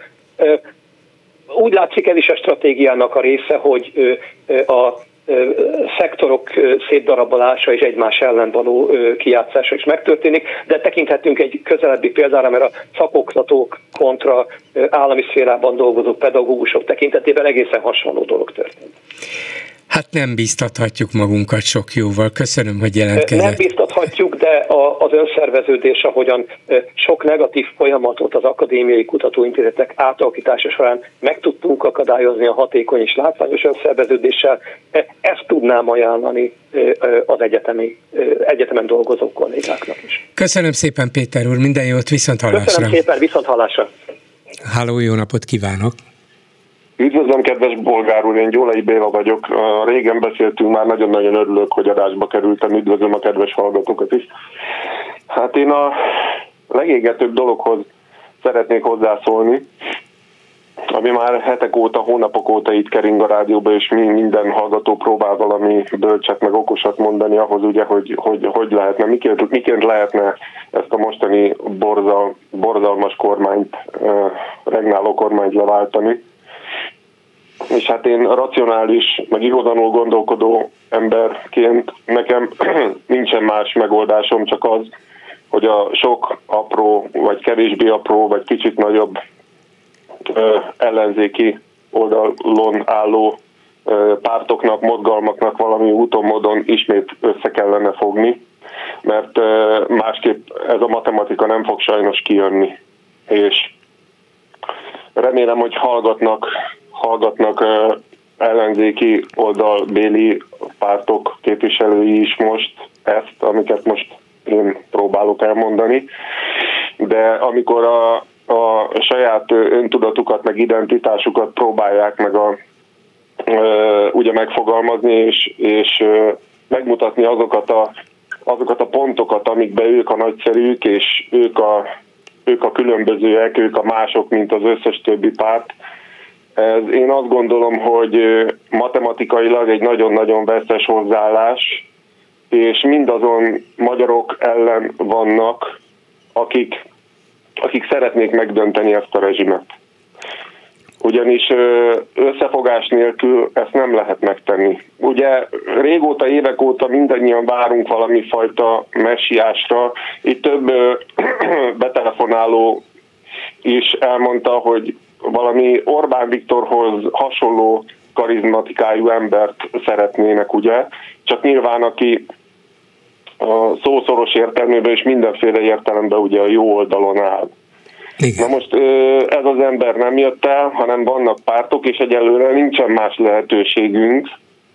Úgy látszik, ez is a stratégiának a része, hogy a szektorok szétdarabolása és egymás ellen való kijátszása is megtörténik, de tekinthetünk egy közelebbi példára, mert a szakoktatók kontra állami szférában dolgozó pedagógusok tekintetében egészen hasonló dolog történt. Hát nem bíztathatjuk magunkat sok jóval. Köszönöm, hogy jelentkezett. Nem bíztathatjuk, de az önszerveződés, ahogyan sok negatív folyamatot az akadémiai kutatóintézetek átalakítása során meg tudtunk akadályozni a hatékony és látványos önszerveződéssel, ezt tudnám ajánlani az egyetemen dolgozó kollégáknak is. Köszönöm szépen, Péter úr, minden jót, viszonthallásra. Köszönöm szépen, viszonthallásra. Háló, jó napot kívánok! Üdvözlöm, kedves bolgár úr, én Gyólai Béla vagyok. Régen beszéltünk, már nagyon-nagyon örülök, hogy adásba kerültem. Üdvözlöm a kedves hallgatókat is. Hát én a legégetőbb dologhoz szeretnék hozzászólni, ami már hetek óta, hónapok óta itt kering a rádióba, és minden hallgató próbál valami bölcset meg okosat mondani ahhoz, ugye, hogy lehetne, miként lehetne ezt a mostani borzalmas kormányt, regnáló kormányt leváltani. És hát én racionális, meg igazánul gondolkodó emberként nekem nincsen más megoldásom, csak az, hogy a sok apró, vagy kevésbé apró, vagy kicsit nagyobb ellenzéki oldalon álló pártoknak, mozgalmaknak valami úton, módon ismét össze kellene fogni, mert másképp ez a matematika nem fog sajnos kijönni. És remélem, hogy hallgatnak ellenzéki oldalbéli pártok képviselői is most ezt, amiket most én próbálok elmondani. De amikor a saját öntudatukat, meg identitásukat próbálják meg ugye megfogalmazni, és megmutatni azokat a pontokat, amikben ők a nagyszerűk, és ők a különbözőek, ők a mások, mint az összes többi párt. Én azt gondolom, hogy matematikailag egy nagyon-nagyon vesztes hozzáállás, és mindazon magyarok ellen vannak, akik szeretnék megdönteni ezt a rezsimet. Ugyanis összefogás nélkül ezt nem lehet megtenni. Ugye régóta, évek óta mindannyian várunk valami fajta messiásra. Itt több betelefonáló is elmondta, hogy valami Orbán Viktorhoz hasonló karizmatikájú embert szeretnének, ugye? Csak nyilván, aki a szószoros értelmében és mindenféle értelemben ugye a jó oldalon áll. Igen. Na most ez az ember nem jött el, hanem vannak pártok, és egyelőre nincsen más lehetőségünk,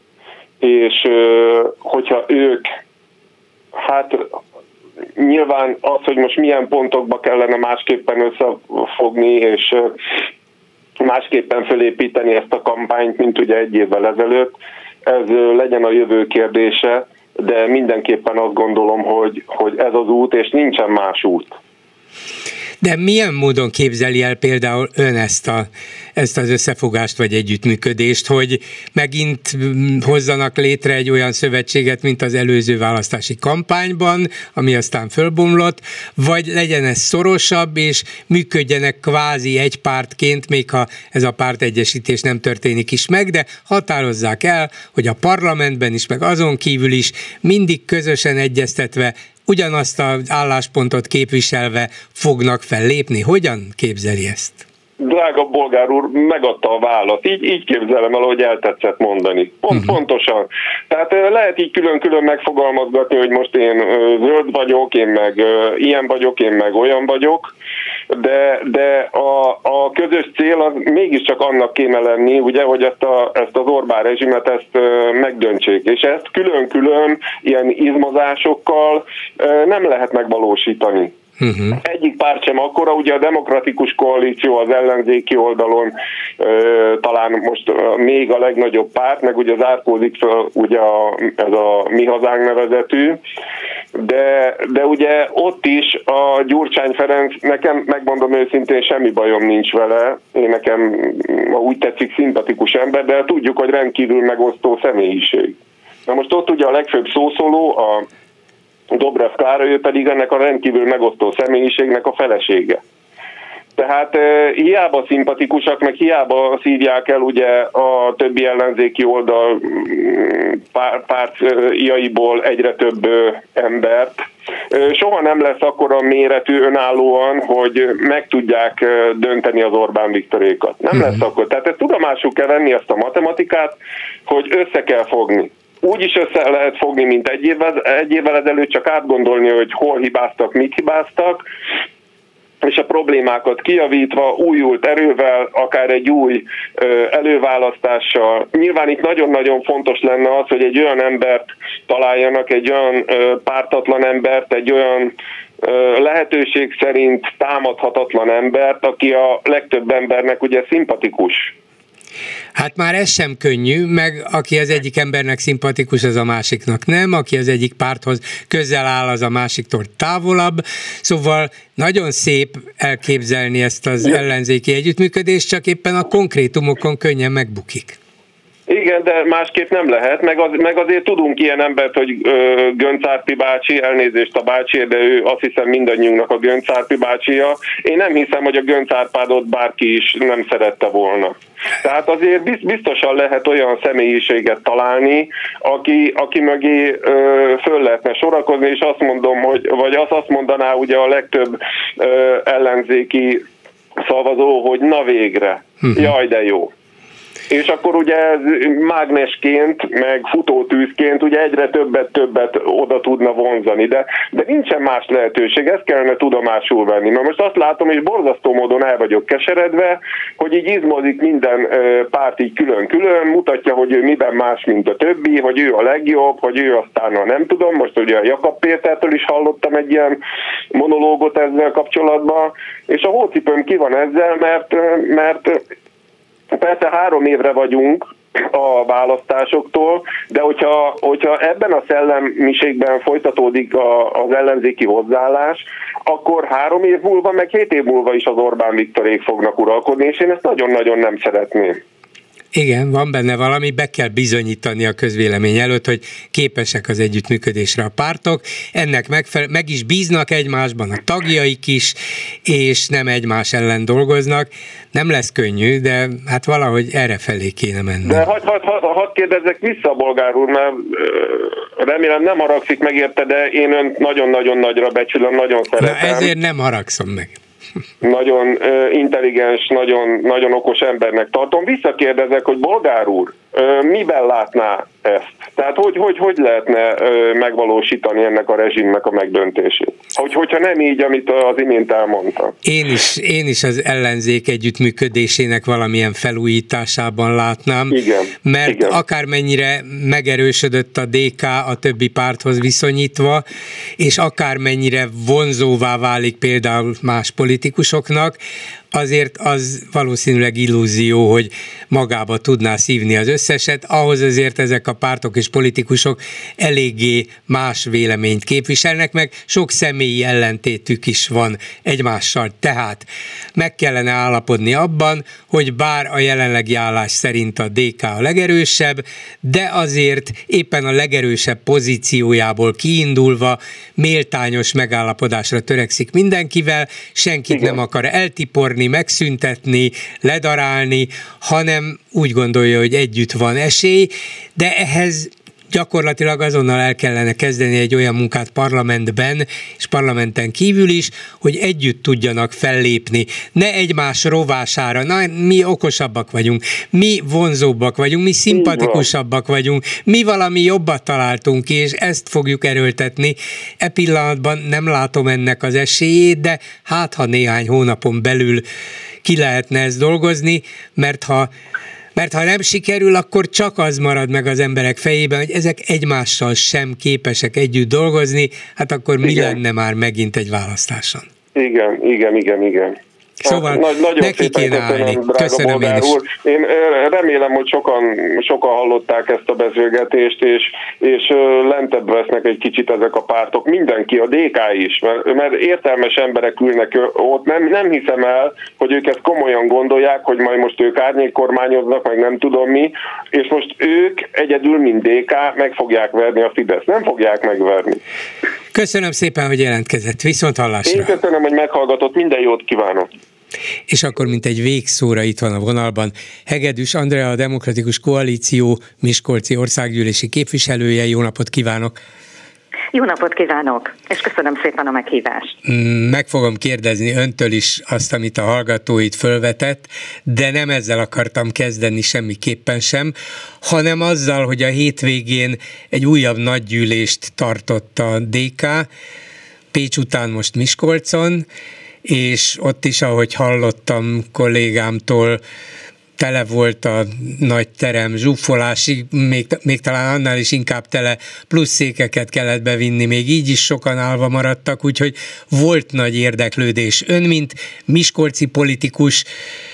és hogyha ők, hát nyilván az, hogy most milyen pontokba kellene másképpen összefogni, és másképpen fölépíteni ezt a kampányt, mint ugye egy évvel ezelőtt. Ez legyen a jövő kérdése, de mindenképpen azt gondolom, hogy ez az út, és nincsen más út. De milyen módon képzeli el például ön ezt az összefogást vagy együttműködést, hogy megint hozzanak létre egy olyan szövetséget, mint az előző választási kampányban, ami aztán fölbomlott, vagy legyen ez szorosabb, és működjenek kvázi egy pártként, még ha ez a pártegyesítés nem történik is meg, de határozzák el, hogy a parlamentben is, meg azon kívül is mindig közösen egyeztetve ugyanazt az álláspontot képviselve fognak fellépni. Hogyan képzeli ezt? Drága bolgár úr, megadta a választ. Így képzelem el, hogy eltetszett mondani. Pontosan. Tehát lehet így külön-külön megfogalmazgatni, hogy most én zöld vagyok, én meg ilyen vagyok, én meg olyan vagyok, de a közös cél az mégiscsak annak kéne lenni, ugye, hogy ezt az Orbán rezsimet ezt megdöntsék. És ezt külön-külön ilyen izmozásokkal nem lehet megvalósítani. Egyik párt sem akkora, ugye a demokratikus koalíció az ellenzéki oldalon talán most még a legnagyobb párt, meg ugye zárkózik föl ugye ez a Mi Hazánk nevezetű, de ugye ott is a Gyurcsány Ferenc, nekem megmondom őszintén, semmi bajom nincs vele, én nekem úgy tetszik szimpatikus ember, de tudjuk, hogy rendkívül megosztó személyiség. Na most ott ugye a legfőbb szószóló, a Dobrev Klára, ő pedig ennek a rendkívül megosztó személyiségnek a felesége. Tehát hiába szimpatikusak, meg hiába szívják el ugye a többi ellenzéki oldal pártjaiból egyre több embert. Soha nem lesz akkora méretű önállóan, hogy meg tudják dönteni az Orbán Viktorékat. Nem lesz akkor. Tehát ezt tudomásul kell venni, ezt a matematikát, hogy össze kell fogni. Úgy is össze lehet fogni, mint egy évvel ezelőtt, csak átgondolni, hogy hol hibáztak, mit hibáztak, és a problémákat kijavítva, újult erővel, akár egy új előválasztással. Nyilván itt nagyon-nagyon fontos lenne az, hogy egy olyan embert találjanak, egy olyan pártatlan embert, egy olyan lehetőség szerint támadhatatlan embert, aki a legtöbb embernek ugye szimpatikus. Hát már ez sem könnyű, meg aki az egyik embernek szimpatikus, az a másiknak nem, aki az egyik párthoz közel áll, az a másiktól távolabb, szóval nagyon szép elképzelni ezt az ellenzéki együttműködést, csak éppen a konkrétumokon könnyen megbukik. Igen, de másképp nem lehet, meg azért tudunk ilyen embert, hogy Göncz Árpi bácsi, elnézést a bácsi, de ő azt hiszem mindannyiunknak a Göncz Árpi bácsia. Én nem hiszem, hogy a Göncz Árpádot bárki is nem szerette volna. Tehát azért biztosan lehet olyan személyiséget találni, aki mögé föl lehetne sorakozni, és azt mondom, vagy azt mondaná ugye a legtöbb ellenzéki szavazó, hogy na végre, jaj de jó. És akkor ugye ez mágnesként, meg futótűzként ugye egyre többet oda tudna vonzani, de nincsen más lehetőség, ezt kellene tudomásul venni. Mert most azt látom, és borzasztó módon el vagyok keseredve, hogy így izmozik minden párt így külön-külön, mutatja, hogy ő miben más, mint a többi, hogy ő a legjobb, hogy ő aztán nem tudom, most ugye a Jakab Pétertől is hallottam egy ilyen monológot ezzel kapcsolatban, és a hócipőm ki van ezzel, mert persze 3 évre vagyunk a választásoktól, de hogyha ebben a szellemiségben folytatódik az ellenzéki hozzáállás, akkor 3 év múlva, meg 7 év múlva is az Orbán Viktorék fognak uralkodni, és én ezt nagyon-nagyon nem szeretném. Igen, van benne valami, be kell bizonyítani a közvélemény előtt, hogy képesek az együttműködésre a pártok, ennek meg is bíznak egymásban a tagjaik is, és nem egymás ellen dolgoznak. Nem lesz könnyű, de hát valahogy errefelé kéne menni. De hadd kérdezzek vissza, bolgár úr, mert remélem nem haragszik meg érte, de én önt nagyon-nagyon nagyra becsülöm, nagyon szeretem. Na ezért nem haragszom meg. Nagyon intelligens, nagyon okos embernek tartom. Visszakérdezek, hogy bolgár úr, miben látná ezt? Tehát hogy lehetne megvalósítani ennek a rezsimnek a megdöntését? Hogyha nem így, amit az imént elmondtam. Én is az ellenzék együttműködésének valamilyen felújításában látnám, mert akármennyire megerősödött a DK a többi párthoz viszonyítva, és akármennyire vonzóvá válik például más politikusoknak, azért az valószínűleg illúzió, hogy magába tudná szívni az összeset, ahhoz azért ezek a pártok és politikusok eléggé más véleményt képviselnek, meg sok személyi ellentétük is van egymással. Tehát meg kellene állapodni abban, hogy bár a jelenlegi állás szerint a DK a legerősebb, de azért éppen a legerősebb pozíciójából kiindulva méltányos megállapodásra törekszik mindenkivel, senkit nem akar eltiporni, megszüntetni, ledarálni, hanem úgy gondolja, hogy együtt van esély, de ehhez gyakorlatilag azonnal el kellene kezdeni egy olyan munkát parlamentben és parlamenten kívül is, hogy együtt tudjanak fellépni. Ne egymás rovására, na, mi okosabbak vagyunk, mi vonzóbbak vagyunk, mi szimpatikusabbak vagyunk, mi valami jobbat találtunk ki, és ezt fogjuk erőltetni. E pillanatban nem látom ennek az esélyét, de hát ha néhány hónapon belül ki lehetne ezt dolgozni, mert ha nem sikerül, akkor csak az marad meg az emberek fejében, hogy ezek egymással sem képesek együtt dolgozni, hát akkor mi lenne már megint egy választáson? Igen. Szóval neki kéne állni. Köszönöm én is. Én remélem, hogy sokan hallották ezt a beszélgetést, és lentebb vesznek egy kicsit ezek a pártok. Mindenki, a DK is, mert értelmes emberek ülnek ott. Nem hiszem el, hogy ők ezt komolyan gondolják, hogy majd most ők árnyékkormányoznak, meg nem tudom mi, és most ők egyedül, mint DK, meg fogják verni a Fidesz. Nem fogják megverni. Köszönöm szépen, hogy jelentkezett. Viszont hallásra. Én köszönöm, hogy meghallgatott. Minden jót kívánok. És akkor, mint egy végszóra itt van a vonalban, Hegedűs Andrea, a Demokratikus Koalíció miskolci országgyűlési képviselője. Jó napot kívánok! Jó napot kívánok, és köszönöm szépen a meghívást. Meg fogom kérdezni öntől is azt, amit a hallgatóit fölvetett, de nem ezzel akartam kezdeni semmiképpen sem, hanem azzal, hogy a hétvégén egy újabb nagygyűlést tartott a DK, Pécs után most Miskolcon, és ott is, ahogy hallottam kollégámtól, tele volt a nagy terem, zsúfolásig, még talán annál is inkább tele, plusz székeket kellett bevinni, még így is sokan állva maradtak, úgyhogy volt nagy érdeklődés. Ön, mint miskolci politikus,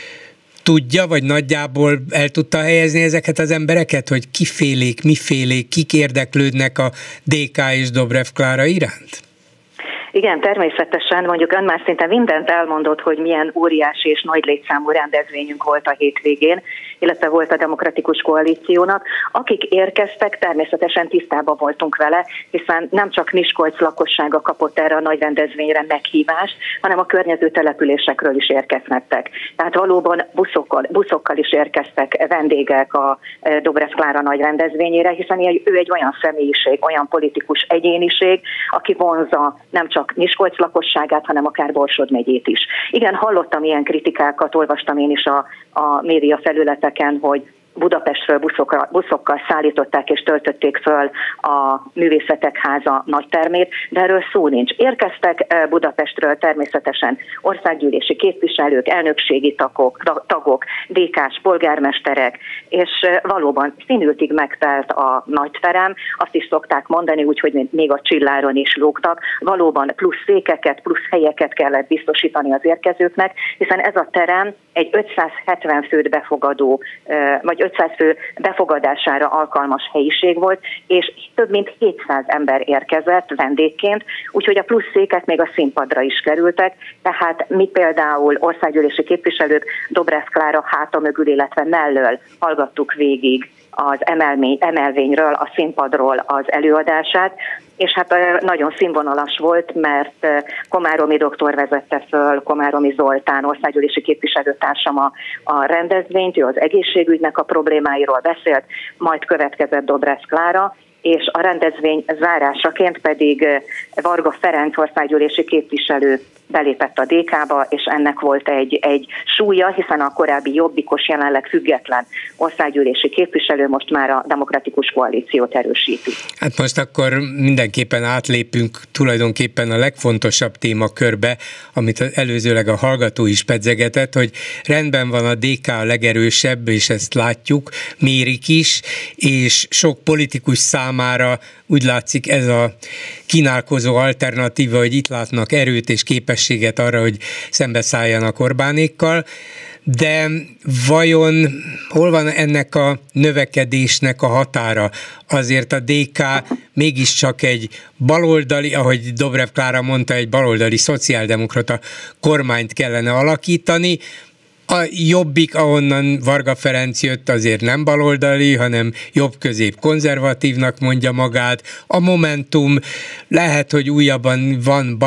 tudja, vagy nagyjából el tudta helyezni ezeket az embereket, hogy kifélék, mifélék, kik érdeklődnek a DK és Dobrev Klára iránt? Igen, természetesen, mondjuk ön már szinte mindent elmondott, hogy milyen óriási és nagy létszámú rendezvényünk volt a hétvégén, illetve volt a Demokratikus Koalíciónak. Akik érkeztek, természetesen tisztában voltunk vele, hiszen nem csak Miskolc lakossága kapott erre a nagy rendezvényre meghívást, hanem a környező településekről is érkezhettek. Tehát valóban buszokkal is érkeztek vendégek a Dobrev Klára nagy rendezvényére, hiszen ő egy olyan személyiség, olyan politikus egyéniség, aki vonzza nem csak Miskolc lakosságát, hanem akár Borsod megyét is. Igen, hallottam ilyen kritikákat, olvastam én is a média felületeken, hogy Budapestről buszokkal szállították és töltötték föl a Művészetek Háza nagytermét, de erről szó nincs. Érkeztek Budapestről természetesen országgyűlési képviselők, elnökségi tagok, DK-s polgármesterek, és valóban színültig megtelt a nagyterem. Azt is szokták mondani, úgyhogy még a csilláron is lógtak. Valóban plusz székeket, plusz helyeket kellett biztosítani az érkezőknek, hiszen ez a terem egy 570 főt befogadó, vagy 500 fő befogadására alkalmas helyiség volt, és több mint 700 ember érkezett vendégként, úgyhogy a plusz székek még a színpadra is kerültek, tehát mi például országgyűlési képviselők Dobrev Klára háta mögül, illetve mellől hallgattuk végig az emelvényről, a színpadról az előadását, és hát nagyon színvonalas volt, mert Komáromi doktor vezette föl, Komáromi Zoltán országgyűlési képviselőtársam a rendezvényt, ő az egészségügynek a problémáiról beszélt, majd következett Dobrev Klára, és a rendezvény zárásaként pedig Varga Ferenc országgyűlési képviselő belépett a DK-ba, és ennek volt egy súlya, hiszen a korábbi jobbikos, jelenleg független országgyűlési képviselő most már a Demokratikus Koalíciót erősíti. Hát most akkor mindenképpen átlépünk tulajdonképpen a legfontosabb témakörbe, amit előzőleg a hallgató is pedzegetett, hogy rendben van, a DK a legerősebb, és ezt látjuk, mérik is, és sok politikus számára úgy látszik ez a kínálkozó alternatíva, hogy itt látnak erőt és képességet arra, hogy szembeszálljanak Orbánékkal, de vajon hol van ennek a növekedésnek a határa? Azért a DK mégiscsak egy baloldali, ahogy Dobrev Klára mondta, egy baloldali szociáldemokrata kormányt kellene alakítani. A Jobbik, ahonnan Varga Ferenc jött, azért nem baloldali, hanem jobb-közép konzervatívnak mondja magát. A Momentum lehet, hogy újabban van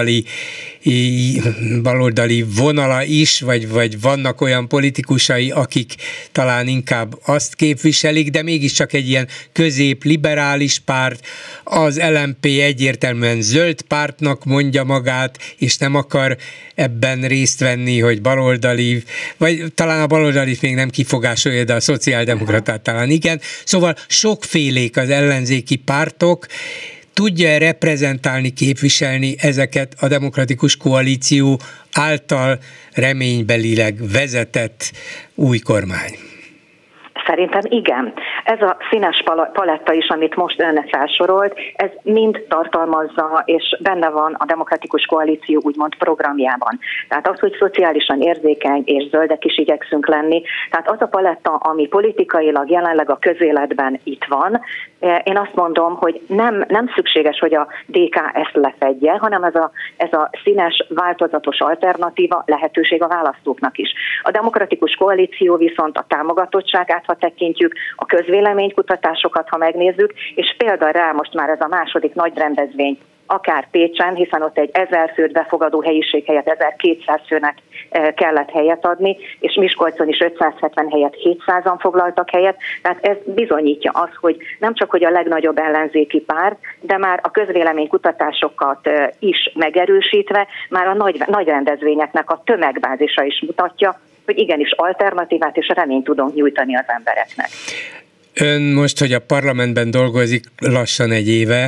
baloldali vonala is, vagy vannak olyan politikusai, akik talán inkább azt képviselik, de mégiscsak egy ilyen közép-liberális párt. Az LMP egyértelműen zöld pártnak mondja magát, és nem akar ebben részt venni, hogy baloldali, vagy talán a baloldalit még nem kifogásolja, de a szociáldemokratát talán igen. Szóval sokfélék az ellenzéki pártok. Tudja reprezentálni, képviselni ezeket a Demokratikus Koalíció által reménybelileg vezetett új kormány? Szerintem igen. Ez a színes paletta is, amit most önnek felsorolt, ez mind tartalmazza, és benne van a Demokratikus Koalíció úgymond programjában. Tehát az, hogy szociálisan érzékeny és zöldek is igyekszünk lenni, tehát az a paletta, ami politikailag jelenleg a közéletben itt van, én azt mondom, hogy nem szükséges, hogy a DK ezt lefedje, hanem ez a színes, változatos alternatíva lehetőség a választóknak is. A Demokratikus Koalíció viszont a támogatottságát, ha tekintjük, a közvéleménykutatásokat, ha megnézzük, és például rá most már ez a második nagy rendezvény, akár Pécsen, hiszen ott egy 1000 főt befogadó helyiség helyett 1200 főnek kellett helyet adni, és Miskolcon is 570 helyett 700-an foglaltak helyet, tehát ez bizonyítja azt, hogy nem csak hogy a legnagyobb ellenzéki párt, de már a közvéleménykutatásokat is megerősítve, már a nagy rendezvényeknek a tömegbázisa is mutatja, hogy igenis alternatívát és reményt tudunk nyújtani az embereknek. Ön most, hogy a parlamentben dolgozik lassan egy éve,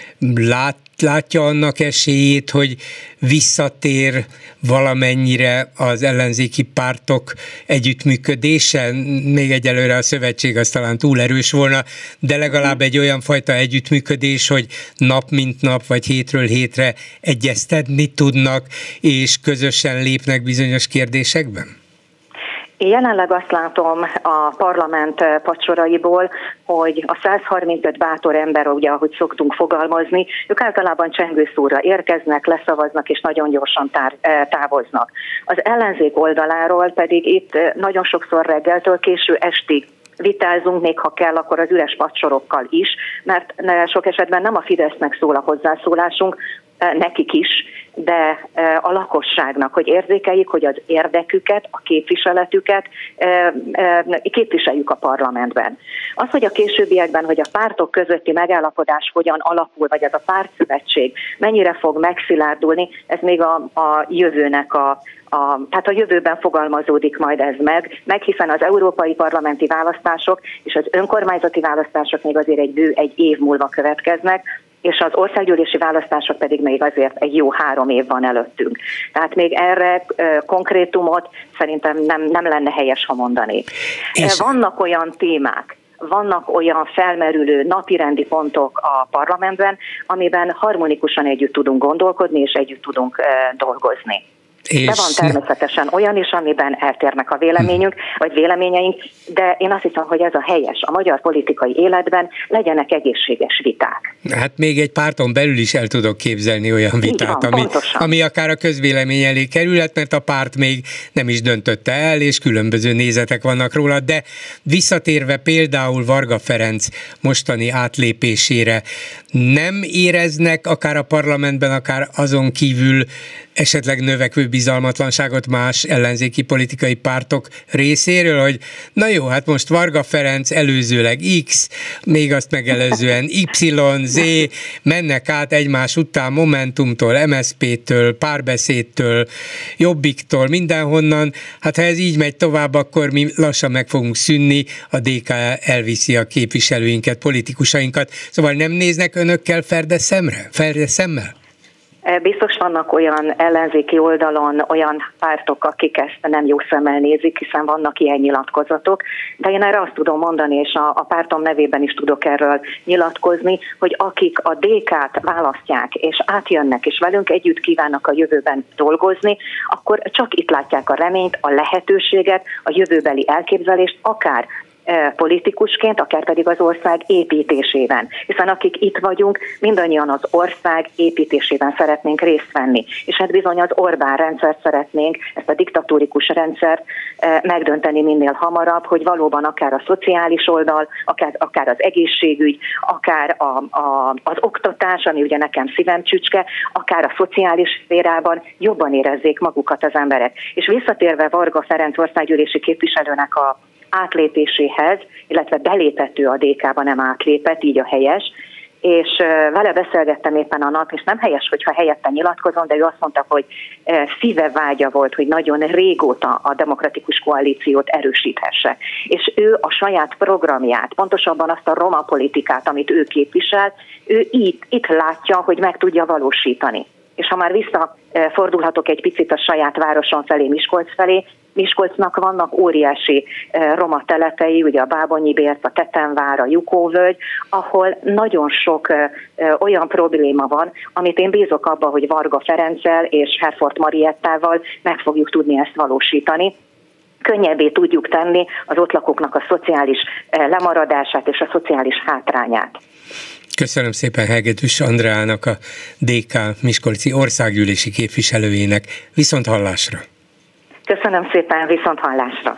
látja annak esélyét, hogy visszatér valamennyire az ellenzéki pártok együttműködése? Még egyelőre a szövetség az talán túl erős volna, de legalább egy olyan fajta együttműködés, hogy nap mint nap, vagy hétről hétre egyeztetni tudnak, és közösen lépnek bizonyos kérdésekben? Én jelenleg azt látom a parlament pacsoraiból, hogy a 135 bátor ember, ugye ahogy szoktunk fogalmazni, ők általában csengőszóra érkeznek, leszavaznak és nagyon gyorsan távoznak. Az ellenzék oldaláról pedig itt nagyon sokszor reggeltől késő estig vitázunk, még ha kell, akkor az üres pacsorokkal is, mert sok esetben nem a Fidesznek szól a hozzászólásunk, nekik is, de a lakosságnak, hogy érzékeljük, hogy az érdeküket, a képviseletüket képviseljük a parlamentben. Az, hogy a későbbiekben, hogy a pártok közötti megállapodás hogyan alakul, vagy az a pártszövetség mennyire fog megszilárdulni, ez még a jövőnek tehát a jövőben fogalmazódik majd ez meg, hiszen az európai parlamenti választások és az önkormányzati választások még azért egy év múlva következnek, és az országgyűlési választások pedig még azért egy jó 3 év van előttünk. Tehát még erre konkrétumot szerintem nem lenne helyes, ha mondani. Vannak olyan témák, vannak olyan felmerülő napirendi pontok a parlamentben, amiben harmonikusan együtt tudunk gondolkodni, és együtt tudunk dolgozni. De van természetesen olyan is, amiben eltérnek a véleményünk, vagy véleményeink, de én azt hiszem, hogy ez a helyes. A magyar politikai életben legyenek egészséges viták. Hát még egy párton belül is el tudok képzelni olyan vitát, ami akár a közvélemény elé kerülhet, mert a párt még nem is döntötte el, és különböző nézetek vannak róla, de visszatérve például Varga Ferenc mostani átlépésére, nem éreznek akár a parlamentben, akár azon kívül esetleg növekvő bizalmatlanságot más ellenzéki politikai pártok részéről, hogy na jó, hát most Varga Ferenc előzőleg X, még azt megelőzően Y, Z, mennek át egymás után Momentumtól, MSZP-től, Párbeszédtől, Jobbiktól, mindenhonnan, hát ha ez így megy tovább, akkor mi lassan meg fogunk szűnni, a DK elviszi a képviselőinket, politikusainkat, szóval nem néznek önökkel ferde szemmel? Biztos vannak olyan ellenzéki oldalon olyan pártok, akik ezt nem jó szemmel nézik, hiszen vannak ilyen nyilatkozatok, de én erre azt tudom mondani, és a pártom nevében is tudok erről nyilatkozni, hogy akik a DK-t választják, és átjönnek, és velünk együtt kívánnak a jövőben dolgozni, akkor csak itt látják a reményt, a lehetőséget, a jövőbeli elképzelést, akár politikusként, akár pedig az ország építésében. Hiszen akik itt vagyunk, mindannyian az ország építésében szeretnénk részt venni. És hát bizony az Orbán rendszert szeretnénk, ezt a diktatórikus rendszert megdönteni minél hamarabb, hogy valóban akár a szociális oldal, akár az egészségügy, akár az oktatás, ami ugye nekem szívem csücske, akár a szociális szférában jobban érezzék magukat az emberek. És visszatérve Varga Ferenc országgyűlési képviselőnek a átlépéséhez, illetve belépett ő a DK-ba, nem átlépett, így a helyes, és vele beszélgettem éppen a nap, és nem helyes, hogyha helyette nyilatkozom, de ő azt mondta, hogy szíve vágya volt, hogy nagyon régóta a demokratikus koalíciót erősíthesse. És ő a saját programját, pontosabban azt a roma politikát, amit ő képvisel, ő itt látja, hogy meg tudja valósítani. És ha már visszafordulhatok egy picit a saját városon felé, Miskolc felé, Miskolcnak vannak óriási roma telepei, ugye a Bábonyi Bért, a Tetenvár, a Jukóvölgy, ahol nagyon sok olyan probléma van, amit én bízok abba, hogy Varga Ferenccel és Herford Mariettával meg fogjuk tudni ezt valósítani. Könnyebbé tudjuk tenni az ott lakóknak a szociális lemaradását és a szociális hátrányát. Köszönöm szépen Hegedűs Andreának, a DK miskolci országgyűlési képviselőjének. Viszont hallásra! Köszönöm szépen, viszont hallásra!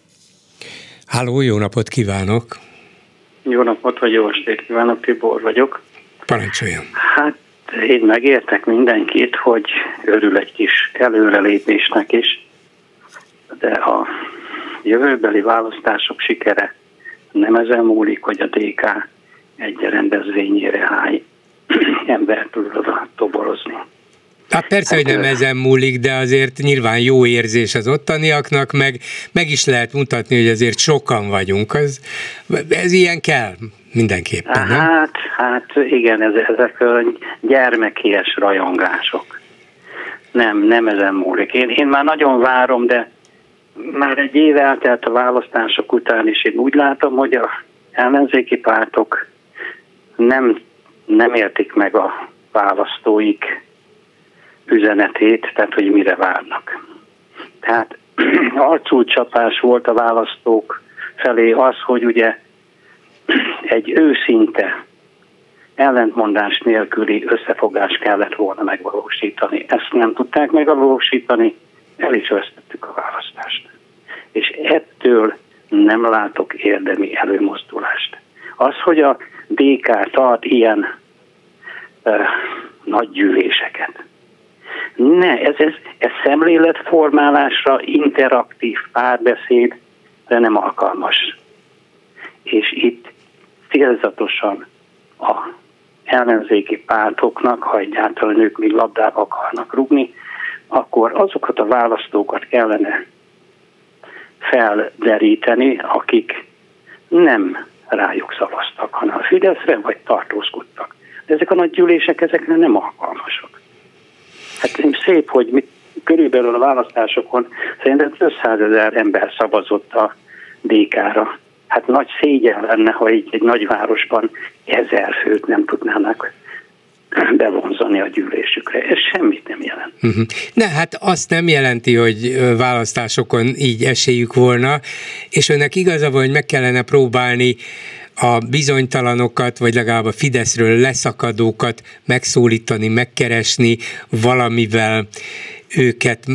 Háló, jó napot kívánok! Jó napot, vagy jó estét kívánok, Tibor vagyok. Parancsoljon! Hát én megértek mindenkit, hogy örül egy kis előrelépésnek is, de a jövőbeli választások sikere nem ezen múlik, hogy a DK egy rendezvényére hány embert tud oda toborozni. Hát persze, hogy nem ezen múlik, de azért nyilván jó érzés az ottaniaknak, meg is lehet mutatni, hogy azért sokan vagyunk. Ez ilyen kell mindenképpen, nem? Hát igen, ezek a gyermekies rajongások. Nem ezen múlik. Én már nagyon várom, de már egy év eltelt a választások után, és én úgy látom, hogy a ellenzéki pártok nem értik meg a választóik üzenetét, tehát hogy mire várnak. Tehát arculcsapás volt a választók felé az, hogy ugye egy őszinte, ellentmondás nélküli összefogást kellett volna megvalósítani. Ezt nem tudták megvalósítani, el is vesztettük a választást. És ettől nem látok érdemi előmozdulást. Az, hogy a DK tart ilyen nagy gyűléseket. Ez szemléletformálásra, interaktív párbeszéd, de nem alkalmas. És itt célzatosan a ellenzéki pártoknak, ha egyáltalán ők még labdába akarnak rúgni, akkor azokat a választókat kellene felderíteni, akik nem rájuk szavaztak, hanem a Fideszre, vagy tartózkodtak. De ezek a nagy gyűlések ezekre nem alkalmasak. Hát szép, hogy körülbelül a választásokon szerintem 500 000 ember szavazott a DK-ra. Hát nagy szégyen lenne, ha egy nagyvárosban 1000 főt nem tudnának bevonzani a gyűlésükre. Ez semmit nem jelent. Ne, hát azt nem jelenti, hogy választásokon így esélyük volna, és önnek igaza van, hogy meg kellene próbálni a bizonytalanokat, vagy legalább a Fideszről leszakadókat megszólítani, megkeresni, valamivel őket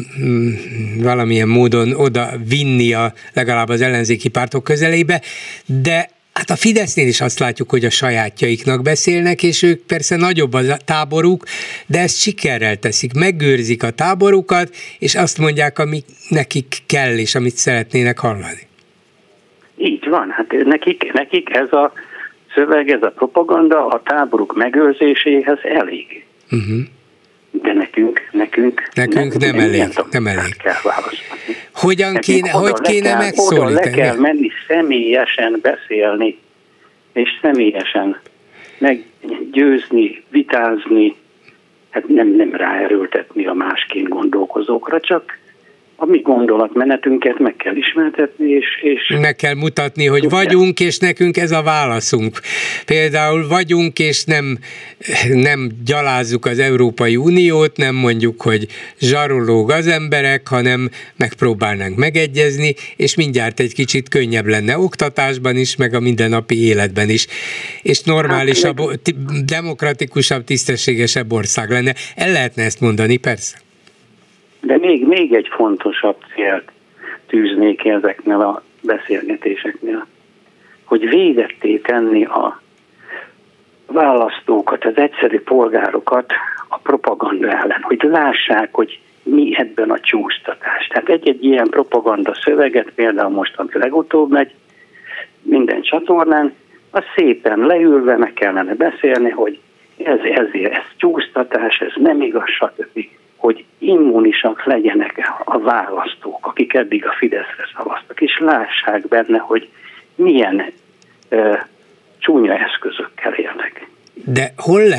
valamilyen módon oda vinni legalább az ellenzéki pártok közelébe, de Hát a Fidesznél is azt látjuk, hogy a sajátjaiknak beszélnek, és ők persze nagyobb a táboruk, de ezt sikerrel teszik, megőrzik a táborukat, és azt mondják, ami nekik kell, és amit szeretnének hallani. Így van, hát nekik ez a szöveg, ez a propaganda a táboruk megőrzéséhez elég. Uh-huh. De nekünk nem elég. Kell választani. Hogy kéne megszólítani? Oda le kell menni személyesen beszélni, és személyesen meggyőzni, vitázni, hát nem ráerőltetni a másként gondolkozókra, csak a mi gondolatmenetünket meg kell ismertetni, és meg kell mutatni, hogy vagyunk, és nekünk ez a válaszunk. Például vagyunk, és nem gyalázzuk az Európai Uniót, nem mondjuk, hogy zsarológ az emberek, hanem megpróbálnánk megegyezni, és mindjárt egy kicsit könnyebb lenne oktatásban is, meg a mindennapi életben is. És normálisabb, demokratikusabb, tisztességesebb ország lenne. El lehetne ezt mondani, persze. De még egy fontosabb célt tűznék ezeknél a beszélgetéseknél, hogy védetté tenni a választókat, az egyszerű polgárokat a propaganda ellen, hogy lássák, hogy mi ebben a csúsztatás. Tehát egy ilyen propaganda szöveget, például most, ami legutóbb megy minden csatornán, az szépen leülve meg kellene beszélni, hogy ez csúsztatás, ez nem igaz, stb., hogy immunisak legyenek a választók, akik eddig a Fideszre szavaztak, és lássák benne, hogy milyen csúnya eszközökkel élnek. De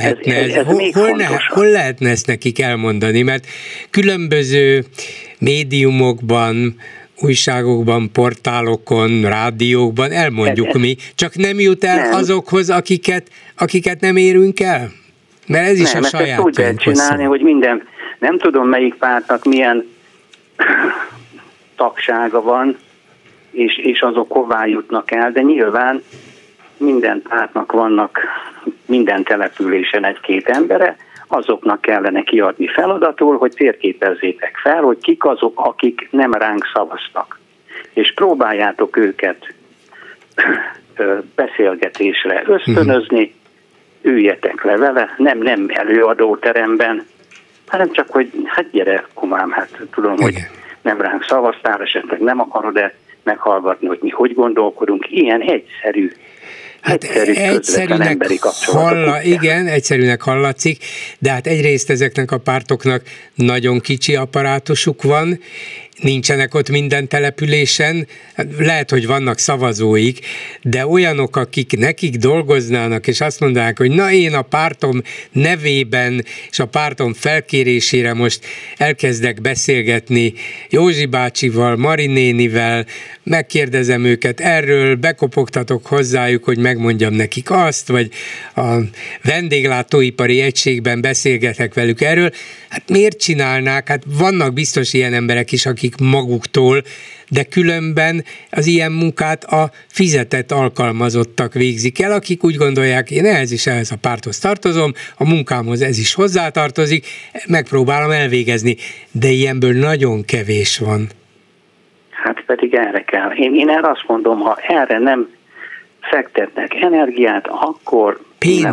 hol lehetne ezt nekik elmondani? Mert különböző médiumokban, újságokban, portálokon, rádiókban elmondjuk mi, csak nem jut el azokhoz, akiket nem érünk el? Mert ez is a saját. Úgy lehet csinálni, hogy nem tudom melyik pártnak milyen tagsága van, és azok hová jutnak el, de nyilván minden pártnak vannak minden településen egy-két embere, azoknak kellene kiadni feladatul, hogy térképezzétek fel, hogy kik azok, akik nem ránk szavaztak. És próbáljátok őket beszélgetésre ösztönözni, üljetek le vele, nem előadóteremben, hanem csak, hogy hát gyere, kumám, hát tudom, hogy nem ránk szavaztál, esetleg nem akarod-e meghallgatni, hogy mi hogy gondolkodunk. Ilyen egyszerű egyszerűnek egyszerűnek hallatszik, de hát egyrészt ezeknek a pártoknak nagyon kicsi apparátusuk van, nincsenek ott minden településen, lehet, hogy vannak szavazóik, de olyanok, akik nekik dolgoznának, és azt mondanák, hogy na én a pártom nevében és a pártom felkérésére most elkezdek beszélgetni Józsi bácsival, Mari nénivel, megkérdezem őket erről, bekopogtatok hozzájuk, hogy megmondjam nekik azt, vagy a vendéglátóipari egységben beszélgetek velük erről. Hát miért csinálnák? Hát vannak biztos ilyen emberek is, akik maguktól, de különben az ilyen munkát a fizetett alkalmazottak végzik el, akik úgy gondolják, én ehhez a párthoz tartozom, a munkámhoz ez is hozzátartozik, megpróbálom elvégezni, de ilyenből nagyon kevés van. Hát pedig erre kell. Én erre azt mondom, ha erre nem fektetnek energiát, akkor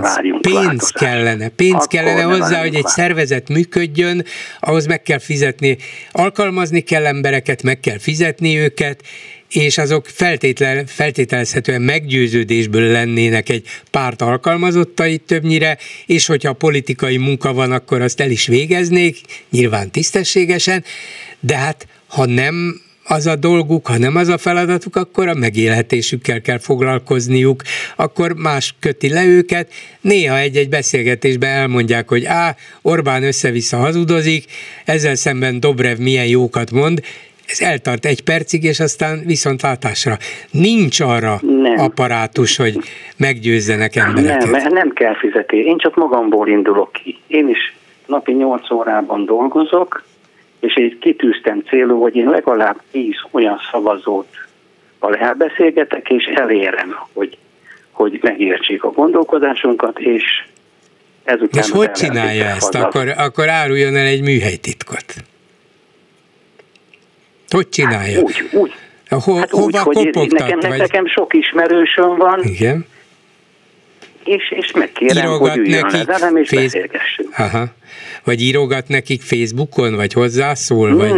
pénz kellene hozzá, hogy egy szervezet működjön, ahhoz meg kell fizetni, alkalmazni kell embereket, meg kell fizetni őket, és azok feltételezhetően meggyőződésből lennének egy párt alkalmazottai többnyire, és hogyha politikai munka van, akkor azt el is végeznék, nyilván tisztességesen, de hát ha nem az a dolguk, ha nem az a feladatuk, akkor a megélhetésükkel kell foglalkozniuk, akkor más köti le őket. Néha egy-egy beszélgetésben elmondják, hogy Orbán össze-vissza hazudozik, ezzel szemben Dobrev milyen jókat mond, ez eltart 1 percig, és aztán viszontlátásra. Nincs arra apparátus, hogy meggyőzzenek embereket. Nem kell fizetni. Én csak magamból indulok ki. Én is napi 8 órában dolgozok, és így kitűztem célul, hogy én legalább 10 olyan szavazót elbeszélgetek, és elérem, hogy megértsék a gondolkodásunkat, és ezután... És hogy csinálja ezt? Akkor áruljon el egy műhelytitkot. Hogy csinálja? Úgy. Hát úgy, hogy nekem sok ismerősöm van. Igen. És megkérem, hogy üljön le velem, és beszélgessünk. Aha. Vagy írogat nekik Facebookon, vagy hozzászól? Vagy...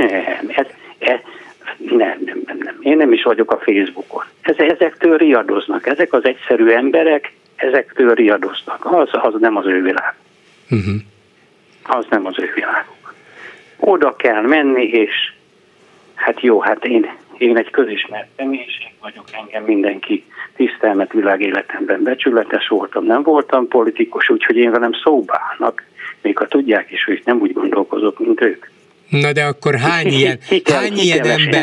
Nem. Én nem is vagyok a Facebookon. Ezektől riadoznak. Ezek az egyszerű emberek, ezektől riadoznak. Az nem az ő világ. Uh-huh. Az nem az ő világuk. Oda kell menni, és hát jó, hát én egy közismert személyiség vagyok, engem mindenki tisztelmet világéletemben becsületes voltam, nem voltam politikus, úgyhogy én velem szóba állnak, még ha tudják is, hogy nem úgy gondolkozok, mint ők. Na de akkor hány ilyen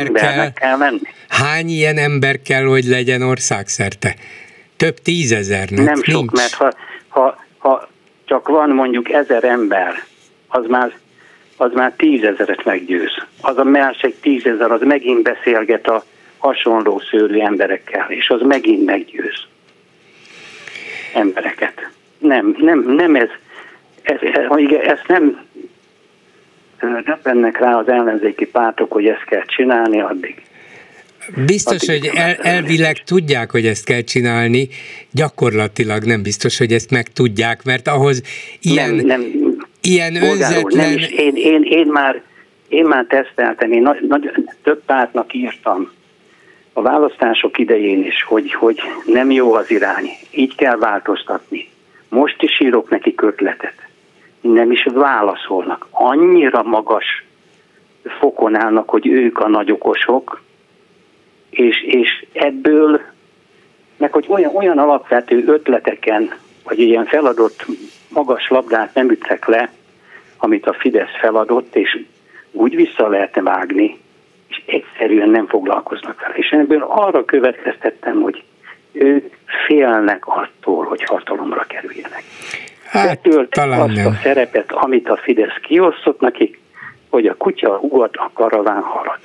ember kell, hogy legyen országszerte? Több 10 000, nem sok, nincs. Mert ha csak van mondjuk 1000 ember, az már 10 000-et meggyőz. Az a másik 10 000, az megint beszélget a hasonló szőrű emberekkel, és az megint meggyőz embereket. Nem ezt nem döbbennek rá az ellenzéki pártok, hogy ezt kell csinálni addig. Biztos, hogy elvileg tudják, hogy ezt kell csinálni, gyakorlatilag nem biztos, hogy ezt meg tudják, mert ahhoz ilyen önzetlen... Én már teszteltem, több pártnak írtam a választások idején is, hogy nem jó az irány, így kell változtatni. Most is írok nekik ötletet. Nem is válaszolnak. Annyira magas fokon állnak, hogy ők a nagy okosok, és ebből, meg hogy olyan alapvető ötleteken, vagy ilyen feladott magas labdát nem üttek le, amit a Fidesz feladott, és úgy vissza lehetne vágni, és egyszerűen nem foglalkoznak vele. És ebből arra következtettem, hogy ők félnek attól, hogy hatalomra kerüljenek. Betöltik azt a szerepet, amit a Fidesz kiosztott nekik, hogy a kutya ugat, a karaván halad.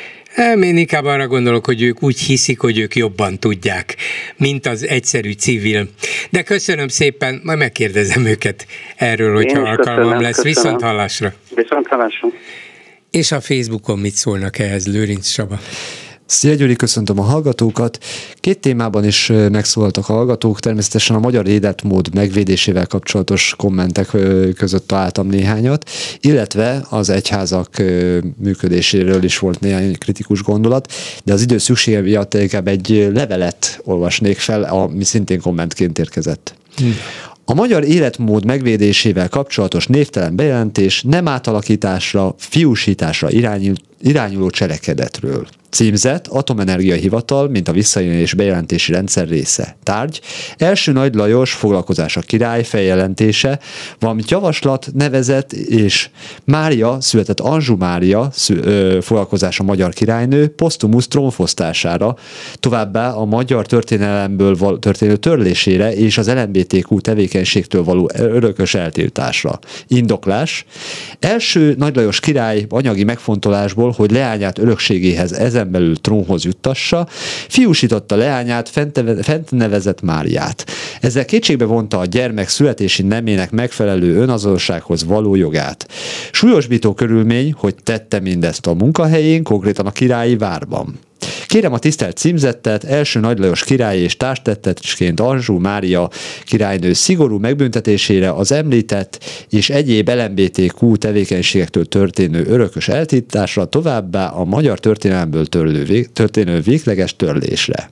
Én inkább arra gondolok, hogy ők úgy hiszik, hogy ők jobban tudják, mint az egyszerű civil. De köszönöm szépen, majd megkérdezem őket erről, hogyha alkalmam lesz. Viszont hallásra. Viszont hallásra. És a Facebookon mit szólnak ehhez, Lőrinc Csaba? Szia Gyuri, köszöntöm a hallgatókat. 2 témában is megszólaltak a hallgatók, természetesen a magyar életmód megvédésével kapcsolatos kommentek között találtam néhányat, illetve az egyházak működéséről is volt néhány kritikus gondolat, de az idő szüksége miatt inkább egy levelet olvasnék fel, ami szintén kommentként érkezett. A magyar életmód megvédésével kapcsolatos névtelen bejelentés nem átalakításra, fiúsításra irányuló cselekedetről. Címzet: Atomenergia Hivatal, mint a visszaélés bejelentési rendszer része. Tárgy: Első Nagy Lajos foglalkozása király feljelentése, valamint javaslat, nevezet és Mária, született Anjou Mária foglalkozása magyar királynő posztumusz trónfosztására, továbbá a magyar történelemből történő törlésére és az LMBTQ tevékenységtől való örökös eltiltásra. Indoklás: Első Nagy Lajos király anyagi megfontolásból, hogy leányát örökségéhez ezen belül trónhoz juttassa, fiúsította leányát, fent nevezett Máriát. Ezzel kétségbe vonta a gyermek születési nemének megfelelő önazonossághoz való jogát. Súlyosbító körülmény, hogy tette mindezt a munkahelyén, konkrétan a királyi várban. Kérem a tisztelt címzettet, Első Nagy Lajos király és társtettesként Anjou Mária királynő szigorú megbüntetésére az említett és egyéb LMBTQ tevékenységektől történő örökös eltiltásra, továbbá a magyar történelemből történő végleges törlésre.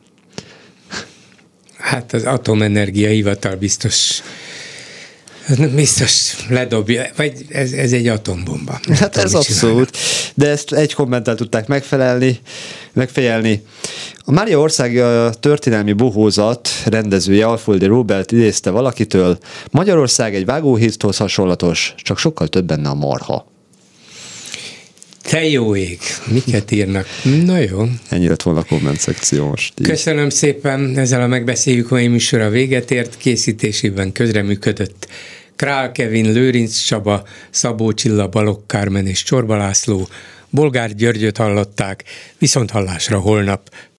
Hát az Atomenergia Hivatal biztos ledobja, vagy ez egy atombomba. Hát ez abszolút, de ezt egy kommenttel tudták megfejelni. A Mária Ország történelmi bohózat rendezője Alföldi Róbert idézte valakitől: Magyarország egy vágóhídhoz hasonlatos, csak sokkal több benne a marha. Te jó ég, miket írnak? Na jó. Ennyi lett volna a komment szekció most. Köszönöm szépen, ezzel a Megbeszéljük mai műsora véget ért, készítésében közreműködött Král Kevin, Lőrinc Csaba, Szabó Csilla, Balogh Kármen és Csorba László. Bolgár Györgyöt hallották, viszont hallásra holnap.